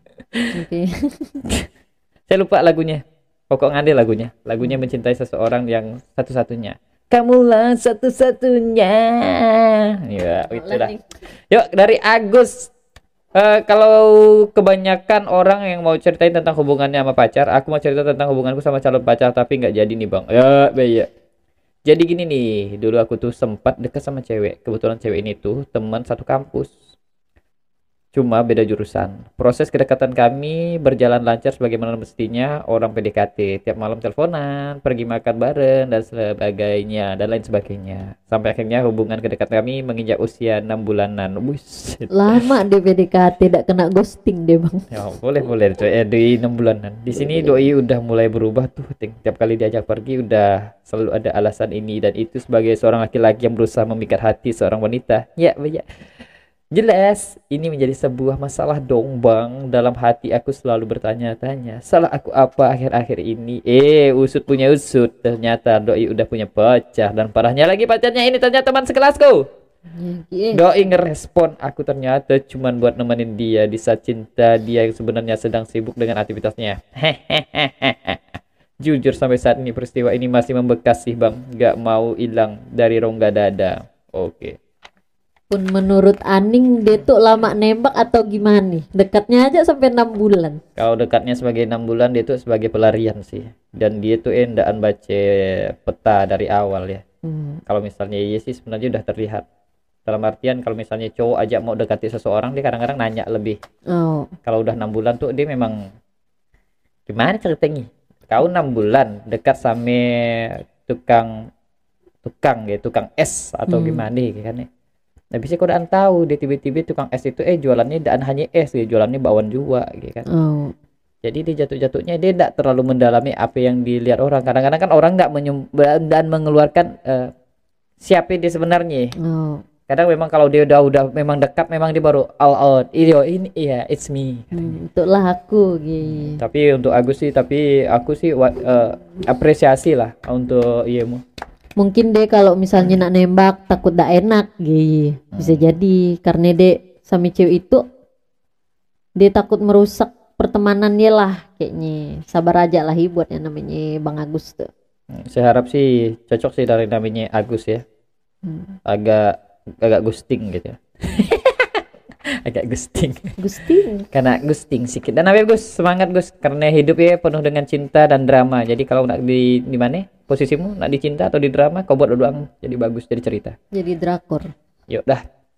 Saya lupa lagunya. Pokoknya ada lagunya. Lagunya mencintai seseorang yang satu-satunya. Kamulah satu-satunya. Ya, itulah. Yuk dari Agus. Kalau kebanyakan orang yang mau ceritain tentang hubungannya sama pacar, aku mau cerita tentang hubunganku sama calon pacar tapi nggak jadi nih bang. Ya. Jadi gini nih, dulu aku tuh sempat dekat sama cewek. Kebetulan cewek ini tuh teman satu kampus. Cuma beda jurusan. Proses kedekatan kami berjalan lancar sebagaimana mestinya orang PDKT. Tiap malam teleponan, pergi makan bareng dan sebagainya dan lain sebagainya. Sampai akhirnya hubungan kedekatan kami menginjak usia 6 bulanan. Lama deh PDKT, tidak kena ghosting deh bang. Ya boleh di 6 bulanan. Di sini doi udah mulai berubah tuh. Tiap kali diajak pergi udah selalu ada alasan ini dan itu sebagai seorang laki-laki yang berusaha memikat hati seorang wanita. Ya. Jelas, ini menjadi sebuah masalah dong bang. Dalam hati aku selalu bertanya-tanya, salah aku apa akhir-akhir ini? Usut punya usut. Ternyata doi udah punya pacar. Dan parahnya lagi pacarnya ini ternyata teman sekelasku. Doi ngerespon aku ternyata cuman buat nemenin dia di saat cinta dia yang sebenarnya sedang sibuk dengan aktivitasnya. Jujur sampai saat ini peristiwa ini masih membekas sih bang. Gak mau hilang dari rongga dada. Oke. Pun menurut Aning dia tuh lama nembak atau gimana nih? Dekatnya aja sampai 6 bulan. Kalau dekatnya sebagai 6 bulan dia tuh sebagai pelarian sih. Dan dia tuh endaan baca peta dari awal ya. Kalau misalnya iya sih sebenarnya udah terlihat. Dalam artian kalau misalnya cowok ajak mau dekati seseorang dia kadang-kadang nanya lebih. Kalau udah 6 bulan tuh dia memang gimana ceritanya? Kau 6 bulan dekat sama tukang es atau gimana kan ya. Nah bisa kau udah tahu dia tiba-tiba tukang es itu jualannya dan hanya es dia jualannya bakwan juga gitu kan. Jadi dia jatuh-jatuhnya dia tidak terlalu mendalami apa yang dilihat orang. Kadang-kadang kan orang tidak dan mengeluarkan siapa dia sebenarnya. Kadang memang kalau dia udah memang dekat memang dia baru all out. Ini it's me. Untuklah aku gitu. Tapi untuk aku sih apresiasi lah untuk iyamu. Mungkin deh kalau misalnya nak nembak takut dak enak gitu. Bisa jadi karena deh sama cewek itu dia takut merusak pertemanannya lah kayaknya. Sabar aja lah buat yang namanya Bang Agus tuh. Saya harap sih cocok sih dari namanya Agus ya. Agak ghosting gitu ya. Agak ghosting karena ghosting sedikit. Dan apa Gus, semangat Gus karena hidup ya penuh dengan cinta dan drama. Jadi kalau nak di mana posisimu, nak dicinta atau di drama, kau buat doang jadi bagus, jadi cerita, jadi drakor. Yuk dah sek.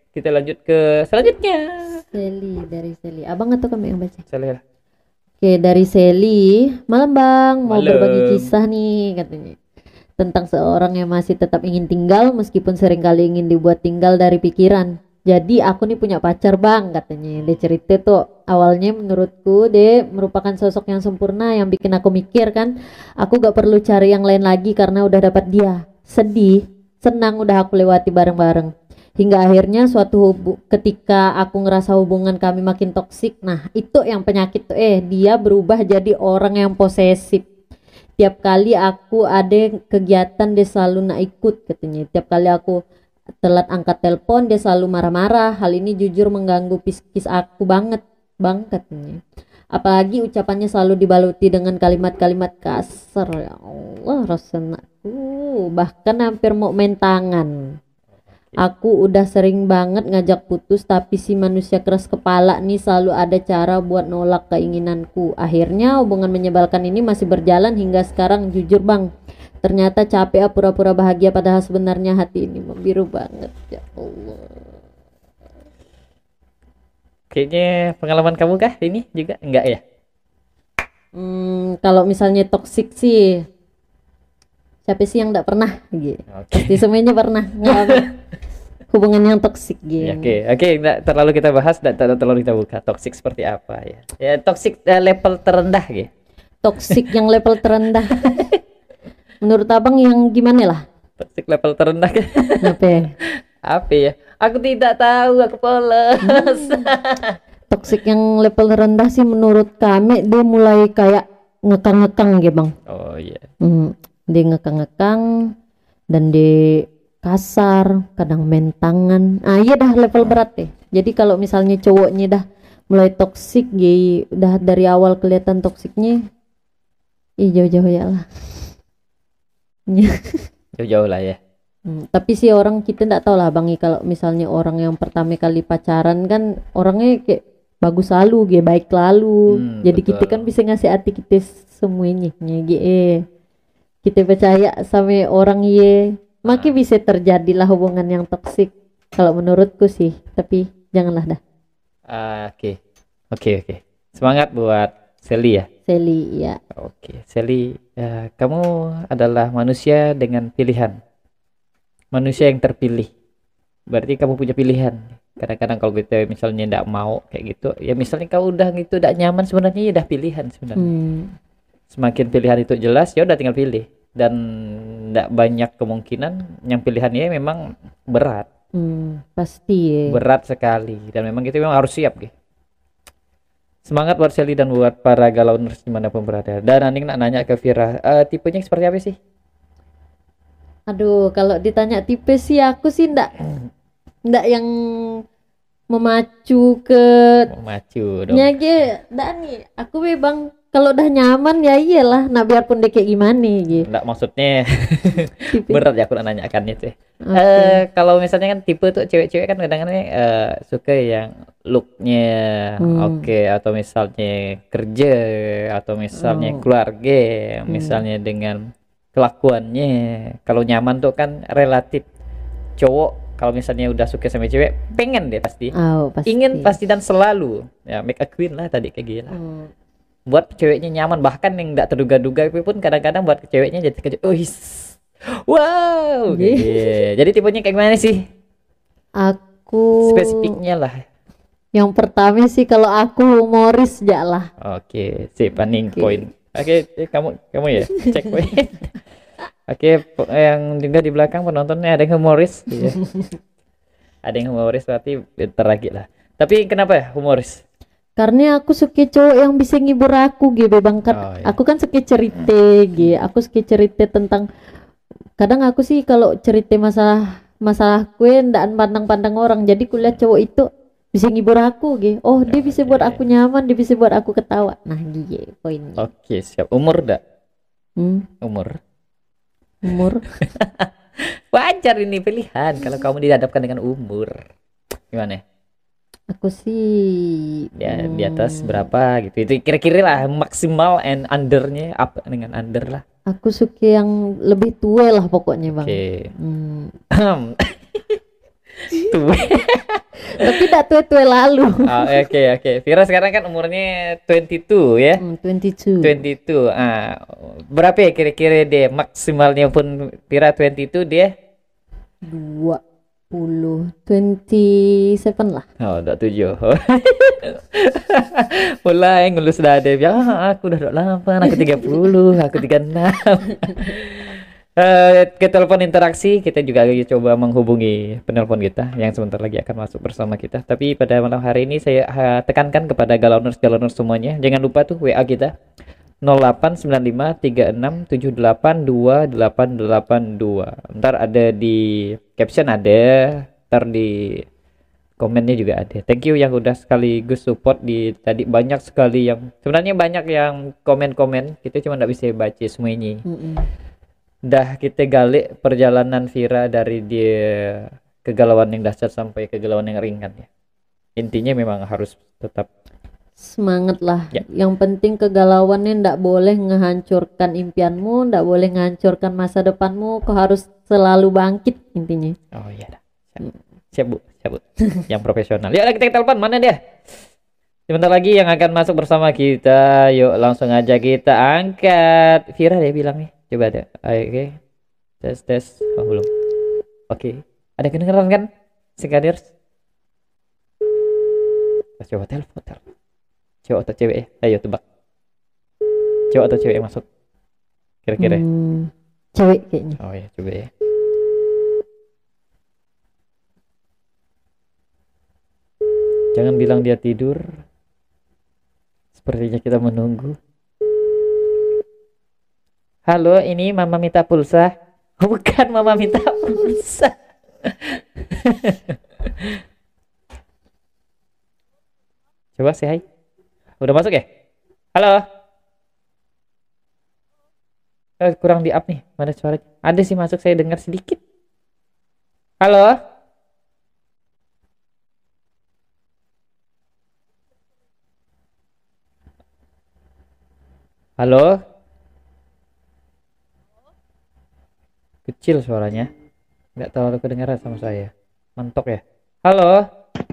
kita lanjut ke selanjutnya. Sally, dari Sally. Abang atau kami yang baca? Saya lah. Oke, dari Sally. Malam bang, mau Malam. berbagi kisah nih katanya. Tentang seorang yang masih tetap ingin tinggal meskipun seringkali ingin dibuat tinggal dari pikiran. Jadi aku nih punya pacar bang katanya. Dia cerita tuh awalnya menurutku dia merupakan sosok yang sempurna yang bikin aku mikir kan. Aku gak perlu cari yang lain lagi karena udah dapat dia. Sedih, senang udah aku lewati bareng-bareng. Hingga akhirnya ketika aku ngerasa hubungan kami makin toksik. Nah itu yang penyakit tuh dia berubah jadi orang yang posesif. Tiap kali aku ada kegiatan dia selalu nak ikut katanya. Tiap kali aku telat angkat telepon dia selalu marah-marah. Hal ini jujur mengganggu psikis aku banget bang katanya. Apalagi ucapannya selalu dibaluti dengan kalimat-kalimat kasar. Ya Allah rasanya aku bahkan hampir mau main tangan. Aku udah sering banget ngajak putus tapi si manusia keras kepala nih selalu ada cara buat nolak keinginanku. Akhirnya hubungan menyebalkan ini masih berjalan hingga sekarang. Jujur bang, ternyata capek pura-pura bahagia padahal sebenarnya hati ini membiru banget. Ya Allah. Kayaknya pengalaman kamu kah ini juga? Enggak ya? Kalau misalnya toksik sih siapa sih yang enggak pernah gitu. Pasti semuanya pernah ngalamin hubungan yang toksik gitu. Oke, enggak terlalu kita bahas, enggak terlalu kita buka toksik seperti apa ya. Ya toksik level terendah gitu. Toksik yang level terendah. Menurut abang yang gimana lah? Toksik level terendah kan? Apa ya? Aku tidak tahu, aku polos. Toksik yang level rendah sih menurut kami dia mulai kayak ngekang-ngekang gitu bang. Oh iya. Dia ngekang-ngekang dan dia kasar, kadang main tangan. Iya dah level berat deh. Jadi kalau misalnya cowoknya dah mulai toksik gitu, udah dari awal kelihatan toksiknya, jauh-jauh ya lah. Jauh-jauh lah ya. Tapi sih orang kita nggak tahu lah bang, kalau misalnya orang yang pertama kali pacaran kan orangnya kayak bagus lalu, gitu, baik lalu. Jadi betul. Kita kan bisa ngasih hati kita semuanya, kita percaya sama orang makin bisa terjadilah hubungan yang toksik. Kalau menurutku sih, tapi janganlah dah. Oke. Semangat buat Sally ya. Sally ya. Oke, Sally, kamu adalah manusia dengan pilihan. Manusia yang terpilih. Berarti kamu punya pilihan. Kadang-kadang kalau kita misalnya tidak mau kayak gitu, ya misalnya kau udah gitu tidak nyaman sebenarnya ya udah pilihan sebenarnya. Semakin pilihan itu jelas ya udah tinggal pilih, dan tidak banyak kemungkinan yang pilihannya memang berat. Pasti berat sekali, dan memang kita memang harus siap gitu. Semangat buat Sally dan buat para galauners dimanapun berada. Dan Aning nak nanya ke Vira, tipenya seperti apa sih? Aduh, kalau ditanya tipe sih aku sih ndak yang memacu dong. Ndak nih. Aku memang kalau udah nyaman ya iyalah, nah biarpun dia kayak gimana gitu. Nggak, maksudnya berat ya aku nanyakannya tuh. Kalau misalnya kan tipe tuh cewek-cewek kan kadang-kadang suka yang looknya oke, atau misalnya kerja, atau misalnya keluarga, misalnya dengan kelakuannya. Kalau nyaman tuh kan relatif. Cowok kalau misalnya udah suka sama cewek pengen deh pasti. Ingin pasti dan selalu ya, make a queen lah tadi kayak gila. Buat ceweknya nyaman, bahkan yang nggak terduga-duga pun kadang-kadang buat ceweknya jadi terkejut. Wow. Jadi tipenya kayak gimana sih? Aku spesifiknya lah. Yang pertama sih kalau aku humoris aja lah. Oke, sip, running point. Oke, kamu ya cek poin. Oke, yang juga di belakang penontonnya ada yang humoris. Ada yang humoris, berarti bentar lagi lah. Tapi kenapa ya humoris? Karena aku suka cowok yang bisa ngibur aku gitu bang. Aku kan suka cerita gitu. Aku suka cerita tentang, kadang aku sih kalau cerita masalah kue ndak pandang-pandang orang. Jadi kulihat cowok itu bisa ngibur aku gitu. Dia bisa buat aku nyaman, dia bisa buat aku ketawa. Nah gitu poinnya. Oke, siap. Umur ndak? Umur wajar ini pilihan kalau kamu dihadapkan dengan umur. Gimana? Aku sih ya di atas berapa gitu. Itu kira-kira lah maksimal and undernya apa dengan under lah. Aku suka yang lebih tua lah pokoknya bang. Tua. Tapi tidak tua-tua lalu. Oke. Vira sekarang kan umurnya 22 ya. 22. 22. Berapa ya kira-kira dia maksimalnya pun Vira 22 dia? 27 lah. Oh, udah 7. Mulai ngelus dada dia. Aku udah 28, aku 30, aku 36. Ke telepon interaksi kita juga lagi coba menghubungi penelpon kita yang sebentar lagi akan masuk bersama kita. Tapi pada malam hari ini saya tekankan kepada galoners semuanya, jangan lupa tuh WA kita 089536782882. Ntar ada di caption ada, ntar di komennya juga ada. Thank you yang udah sekaligus support di tadi, banyak sekali yang sebenarnya banyak yang komen-komen, kita cuma nggak bisa baca semuanya. Dah kita galik perjalanan Vira dari dia kegalauan yang dahsyat sampai kegalauan yang ringan ya. Intinya memang harus tetap semangat lah. Ya. Yang penting kegalauannya ndak boleh ngehancurkan impianmu, ndak boleh ngehancurkan masa depanmu. Kau harus selalu bangkit intinya. Oh iya dah. Siap bu. Yang profesional. Yuk kita telepon, mana dia? Sebentar lagi yang akan masuk bersama kita. Yuk langsung aja kita angkat. Vira dia bilang nih. Coba ada. Oke. Tes. Oh belum. Oke. Ada kedengeran kan? Sekaders. Coba telepon. Cowok atau cewek ya? Ayo tebak. Cowok atau cewek yang masuk? Kira-kira. Cewek kayaknya. Oh ya, coba ya. Jangan bilang dia tidur. Sepertinya kita menunggu. Halo, ini Mama minta pulsa. Oh, bukan Mama minta pulsa. Coba say hai. Udah masuk ya? Halo. Kurang di up nih. Mana suaranya? Ada sih masuk, saya dengar sedikit. Halo. Halo. Kecil suaranya, nggak terlalu kedengaran sama saya. Mentok ya. Halo.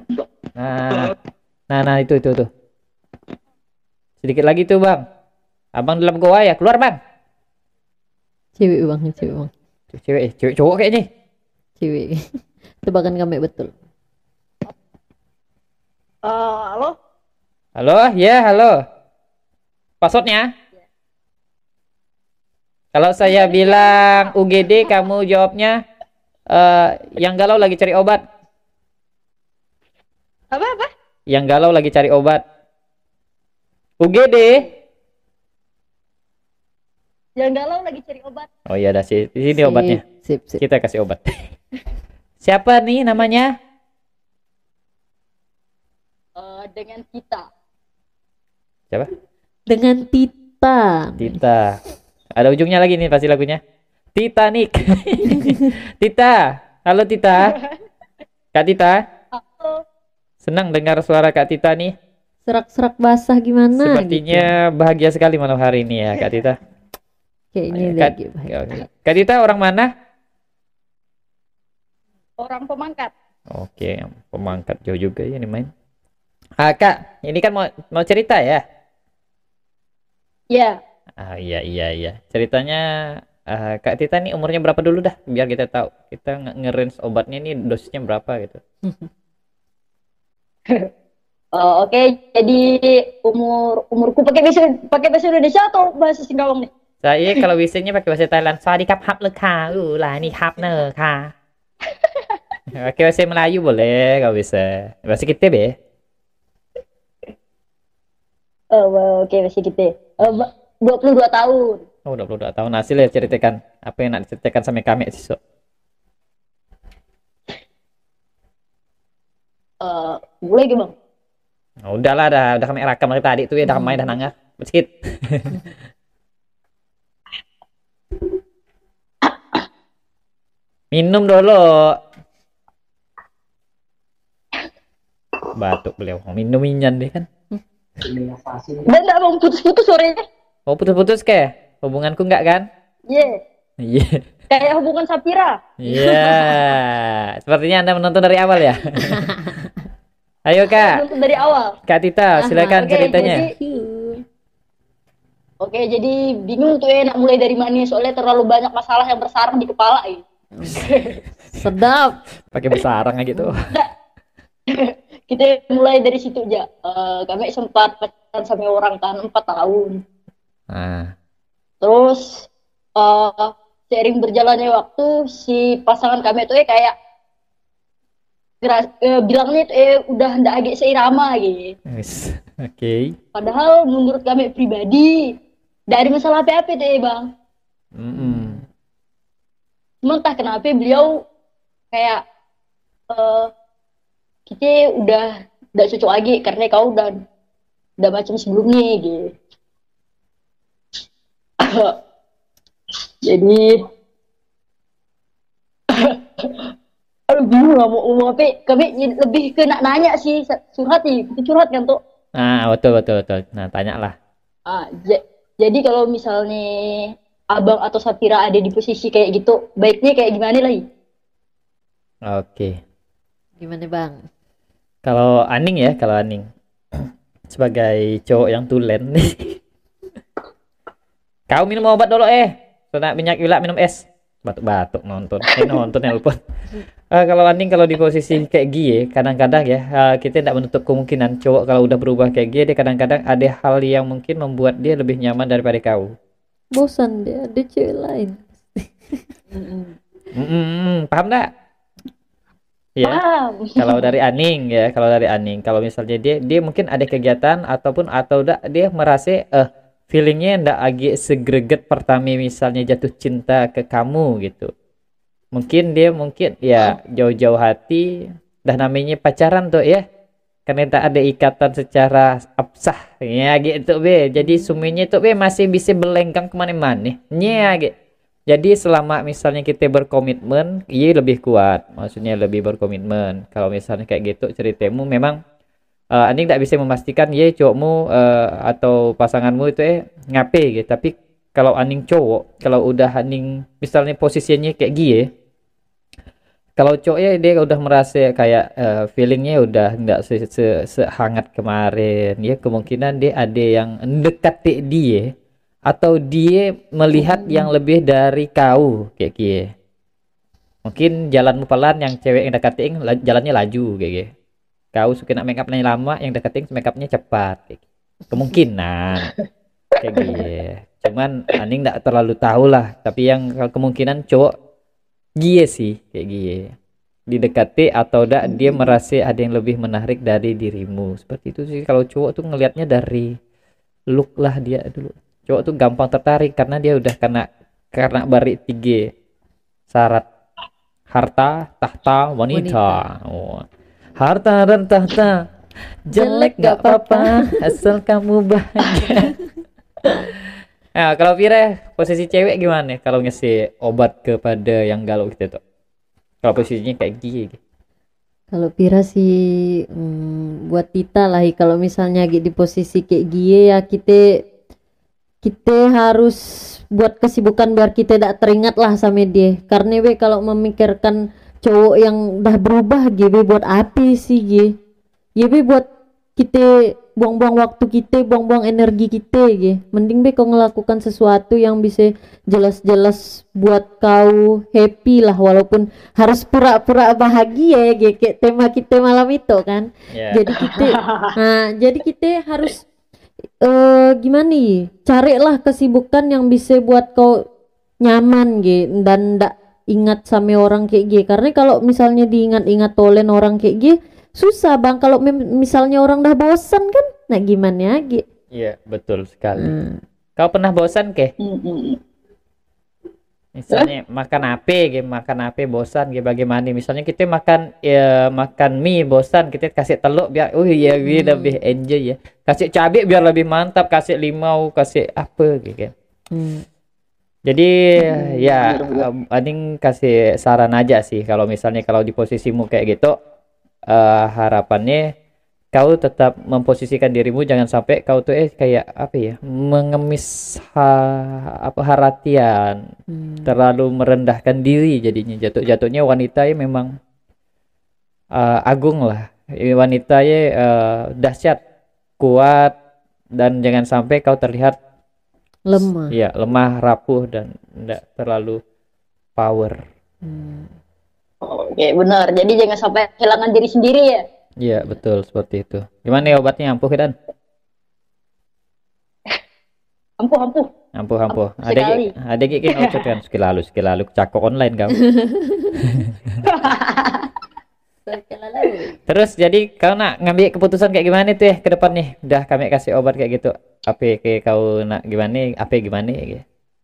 Nah itu. Sedikit lagi tuh bang. Abang dalam goa ya, keluar bang. Cewek bang. Cewek cowok kayaknya. Cewek. Tebakan kami betul. Halo? Ya, halo. Passwordnya? Kalau saya bilang UGD, kamu jawabnya yang galau lagi cari obat. Apa? Yang galau lagi cari obat. UGD. Yang galau lagi cari obat. Oh iya, dah sih. Di sini obatnya. Sip. Kita kasih obat. Siapa nih namanya? Dengan kita. Siapa? Dengan Tita. Ada ujungnya lagi nih pasti lagunya. Titanic. Tita. Halo Tita. Kak Tita. Halo. Senang dengar suara Kak Tita nih. Serak-serak basah gimana? Sepertinya bahagia sekali malam hari ini ya Kak Tita. Kayaknya Kak, lagi bahagia. Kak Tita orang mana? Orang Pemangkat. Oke, Pemangkat jauh juga ya nih main. Kak, ini kan mau cerita ya? Ya. Iya. Ceritanya Kak Tita nih umurnya berapa dulu dah, biar kita tahu. Kita nge-range obatnya nih dosisnya berapa gitu. Oke, jadi umurku pakai bahasa Indonesia atau bahasa Singkawang nih? Saya kalau wisingnya pakai bahasa Thailand. Swadikap hap le ka. Lah ini hap ne ka. Pakai bahasa Melayu boleh kalau bisa. Bahasa kita be. Oke, bahasa kita. 22 tahun. Oh, 22 tahun. Hasilnya ceritakan. Apa yang nak diceritakan sama kami sisok? Boleh gitu bang? Oh, udahlah, udah kami rakam dari tadi tuh ya, dah main dah nangah. Sedikit. Minum dulu. Batuk beliau. Minum minyan deh kan. Dan enggak bang, putus-putus sorenya. Oh, putus-putus ke? Hubunganku enggak kan? Iya. Iya. Kayak hubungan Sapira. Iya. Sepertinya Anda menonton dari awal ya. Ayo Kak, Nonton dari awal. Kak Tita, silakan Oke, ceritanya. jadi bingung tuh nak mulai dari mana soalnya terlalu banyak masalah yang bersarang di kepala. Sedap. Pakai besarang gitu. Kita mulai dari situ aja. Kami sempat pacaran sama orang kan 4 tahun. Nah, Terus seiring berjalannya waktu si pasangan kami tuh kayak bilangnya tuh udah ndak agak seirama gitu. wis. Oke. Padahal menurut kami pribadi dari masalah apa-apa tuh bang. Mm-mm. Cuma entah kenapa beliau kayak kita udah ndak cocok lagi karena kau udah macam sebelumnya gitu. Jadi aduh bingung lah mau ngomong apa. Kami lebih ke nak nanya sih, curhat nih, kita curhat kan tuh. Nah, betul. Nah, tanyalah. Jadi kalau misalnya abang atau Sapira ada di posisi kayak gitu, baiknya kayak gimana lagi? Oke. Gimana bang? Kalau Aning sebagai cowok yang tulen. Kau minum obat dulu kena minyak gula minum es. Batuk-batuk nonton ya lupa. Kalau Aning kalau di posisi kayak gie, kadang-kadang ya kita tidak menutup kemungkinan cowok kalau udah berubah kayak gie, dia kadang-kadang ada hal yang mungkin membuat dia lebih nyaman daripada kau. Bosan dia, ada cewek lain. Paham nggak? Ya. Kalau dari Aning, kalau misalnya dia mungkin ada kegiatan atau dia merasa feelingnya ndak agak segreget pertama misalnya jatuh cinta ke kamu gitu. Mungkin dia ya jauh-jauh hati, dah namanya pacaran tuh ya. Karena tak ada ikatan secara absah ya gitu be. Jadi semuanya tuh be masih bisa berlenggang kemana-mana. Ya gitu. Jadi selama misalnya kita berkomitmen, iya lebih kuat. Maksudnya lebih berkomitmen. Kalau misalnya kayak gitu ceritamu memang Aning tidak bisa memastikan ya cowokmu atau pasanganmu itu ngape gitu. Tapi kalau Aning cowok, kalau udah Aning misalnya posisinya kayak gini, kalau cowoknya dia udah merasa kayak feelingnya udah nggak sehangat kemarin, ya kemungkinan dia ada yang mendekati dia atau dia melihat yang lebih dari kau kayak gini. Mungkin jalanmu pelan, yang cewek yang deketin jalannya laju kayak gitu. Kau suka nak make upnya lama, yang deketin make upnya cepat kayak gitu. Kemungkinan kayak gitu. Cuman Aning nggak terlalu tahu lah, tapi yang kemungkinan cowok gie sih kayak gie didekati atau dia merasa ada yang lebih menarik dari dirimu, seperti itu sih. Kalau cowok tuh ngelihatnya dari look lah dia dulu. Cowok tuh gampang tertarik karena dia udah karena bari 3 syarat: harta, tahta, wanita. Oh. Harta dan tahta jelek gak apa-apa asal kamu bahagia. Nah, kalau Vira posisi cewek gimana kalau ngasih obat kepada yang galau gitu tuh? Kalau posisinya kayak gini. Kalau Pira sih buat Tita lah, kalau misalnya di posisi kayak gini ya kita harus buat kesibukan biar kita tidak teringat lah sama dia. Karena kalau memikirkan cowok yang udah berubah buat apa sih buat kita buang-buang waktu kita, buang-buang energi kita mending kau ngelakukan sesuatu yang bisa jelas-jelas buat kau happy lah, walaupun harus pura-pura bahagia kayak tema kita malam itu kan. Jadi kita harus gimana nih, carilah kesibukan yang bisa buat kau nyaman dan ndak ingat sama orang kayak karena kalau misalnya diingat-ingat tolen orang kayak susah bang. Kalau misalnya orang dah bosan kan, nah gimana Iya betul sekali. Kau pernah bosan misalnya makan apa bosan bagaimana? Misalnya kita makan mie bosan, kita kasih telur biar lebih enjoy ya, kasih cabai biar lebih mantap, kasih limau, kasih apa gitu. Jadi Aning kasih saran aja sih, kalau misalnya kalau di posisimu kayak gitu, harapannya kau tetap memposisikan dirimu, jangan sampai kau tuh kayak mengemis perhatian, terlalu merendahkan diri, jadinya jatuhnya wanita ya memang agung lah wanita ya dahsyat, kuat, dan jangan sampai kau terlihat Lemah. ya lemah, rapuh, dan tidak terlalu power. Oke, benar. Jadi jangan sampai kehilangan diri sendiri ya. Iya betul seperti itu. Gimana ya obatnya, ampuh dan Ampuh. ampuh. Sekali. Ada gigi kau kan sekilalu cakok online kau. Terus jadi kau nak ngambil keputusan kayak gimana tuh ya ke depan nih? Udah kami kasih obat kayak gitu. Apa kayak kau nak gimana? Apa gimana gitu?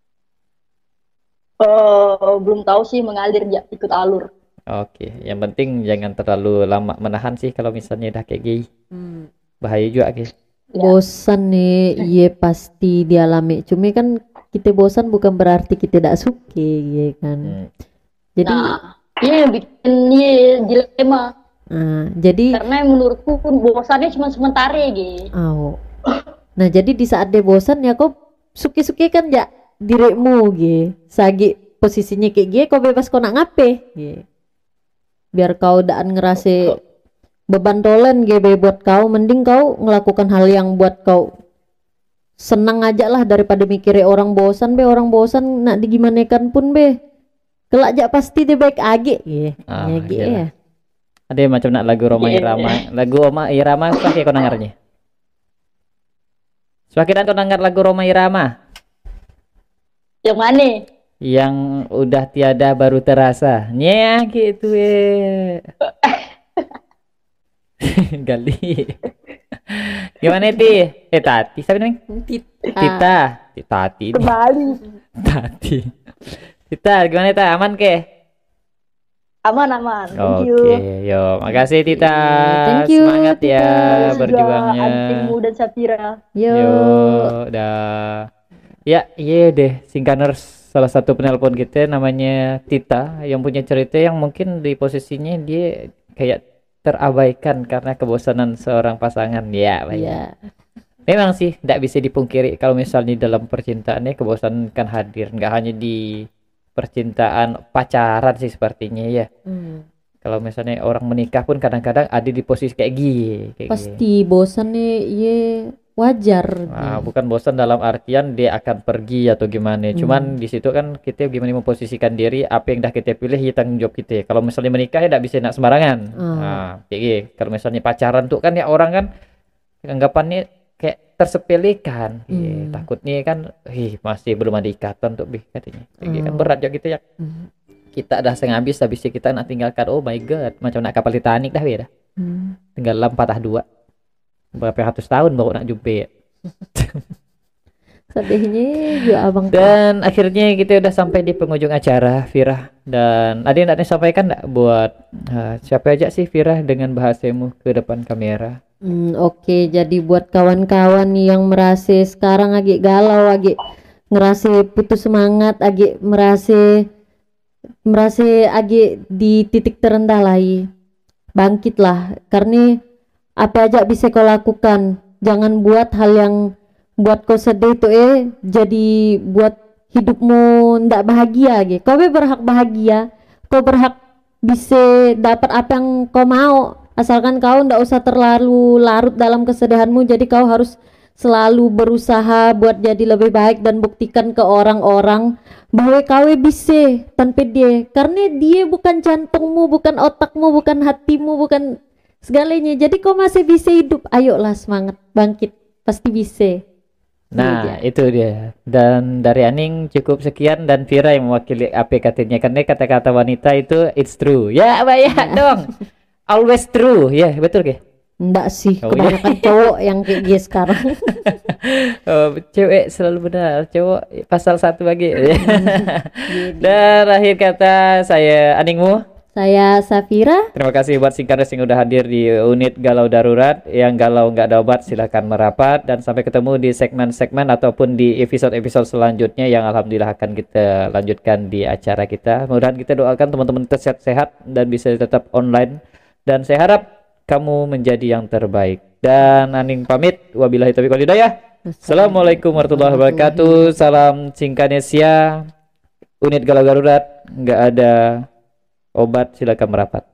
Belum tahu sih, mengalir ya, ikut alur. Oke, yang penting jangan terlalu lama menahan sih kalau misalnya udah kayak gini. Bahaya juga guys. Bosan nih, iya pasti dialami. Cuma kan kita bosan bukan berarti kita tidak suka, ya kan. Jadi, Nah, ini yang bikin ini dilema. jadi, Karena menurutku bosannya cuma sementara gitu. nah jadi di saat dia bosan ya kau suki-suki kan ya dirimu, gitu. Sagi posisinya kayak gini, kau bebas kau nak ngape, gitu. Biar kau daan ngerasa beban tolen GB buat kau, mending kau ngelakukan hal yang buat kau senang aja lah daripada mikirin orang bosan nak digimanakan pun kelak aja pasti dia baik age ya. Ada macam nak lagu Roma Irama, lagu Roma Irama pakai kau dengarnya. Semakin kau dengar lagu Roma Irama Yang mana? yang udah tiada baru terasa, gitu Gali. Gimana Ti? Tati, siapa namanya? Tati. Kembali. Tati. Tita, gimana Tita? Aman ke? Aman. Thank you. Oke, yo, makasih Tita. Thank you, Semangat Tita. ya Juga berjuangnya. Antingmu dan Safira. Yo. Dah. Ya, iya deh, Singkaners salah satu penelpon kita namanya Tita yang punya cerita yang mungkin di posisinya dia kayak terabaikan karena kebosanan seorang pasangan. Ya, Pak. Iya. Memang sih tidak bisa dipungkiri kalau misalnya dalam percintaannya kebosanan kan hadir, nggak hanya di percintaan pacaran sih sepertinya ya. Kalau misalnya orang menikah pun kadang-kadang ada di posisi kayak gini. Pasti bosan nih, iya wajar. Bukan bosan dalam artian dia akan pergi atau gimana. Cuman di situ kan kita gimana memposisikan diri, apa yang dah kita pilih ya tanggung jawab kita. Kalau misalnya menikah ya tidak bisa nak sembarangan. Kayak gitu. Kalau misalnya pacaran tuh kan ya orang kan anggapannya kayak tersepelekan. Takutnya kan masih belum ada ikatan tuh katanya. Kan berat juga gitu ya. Kita dah habis kita nak tinggalkan. Oh my god, macam nak kapal Titanic dah beda. Tinggal patah dua. Berapa ratus tahun baru nak jumpa ya. Sedihnya juga abang. Dan akhirnya kita udah sampai di penghujung acara, Vira. Dan ada yang nak disampaikan nggak buat siapa aja sih Vira dengan bahasamu ke depan kamera? Oke, jadi buat kawan-kawan yang merasa sekarang agak galau, agak ngerasa putus semangat, agak merasa agak di titik terendah lagi, bangkitlah, karena apa aja bisa kau lakukan. Jangan buat hal yang buat kau sedih itu jadi buat hidupmu ndak bahagia gitu. Kau berhak bahagia, kau berhak bisa dapat apa yang kau mau, asalkan kau ndak usah terlalu larut dalam kesedihanmu. Jadi kau harus selalu berusaha buat jadi lebih baik dan buktikan ke orang-orang bahwa kau bisa tanpa dia, karena dia bukan jantungmu, bukan otakmu, bukan hatimu, bukan segalanya. Jadi kau masih bisa hidup. Ayolah semangat, bangkit, pasti bisa. Nah itu dia. Dan dari Aning cukup sekian, dan Vira yang mewakili apa katanya, karena kata-kata wanita itu it's true ya banyak dong. Always true ya, betul ke? Enggak sih, kebanyakan cowok yang kayak dia sekarang. Cewek selalu benar, cowok pasal satu lagi. Dan akhir kata saya Aningmu, saya Safira. terima kasih buat Singkaners yang udah hadir di unit Galau Darurat. Yang galau nggak ada obat silahkan merapat, dan sampai ketemu di segmen-segmen ataupun di episode-episode selanjutnya yang alhamdulillah akan kita lanjutkan di acara kita. Mudah-mudahan kita doakan teman-teman sehat-sehat dan bisa tetap online, dan saya harap kamu menjadi yang terbaik. Dan Aning pamit, wabillahi taufiq wal hidayah. Assalamualaikum warahmatullahi wabarakatuh. Salam Singkanesia, unit Galau Darurat, nggak ada obat silakan merapat.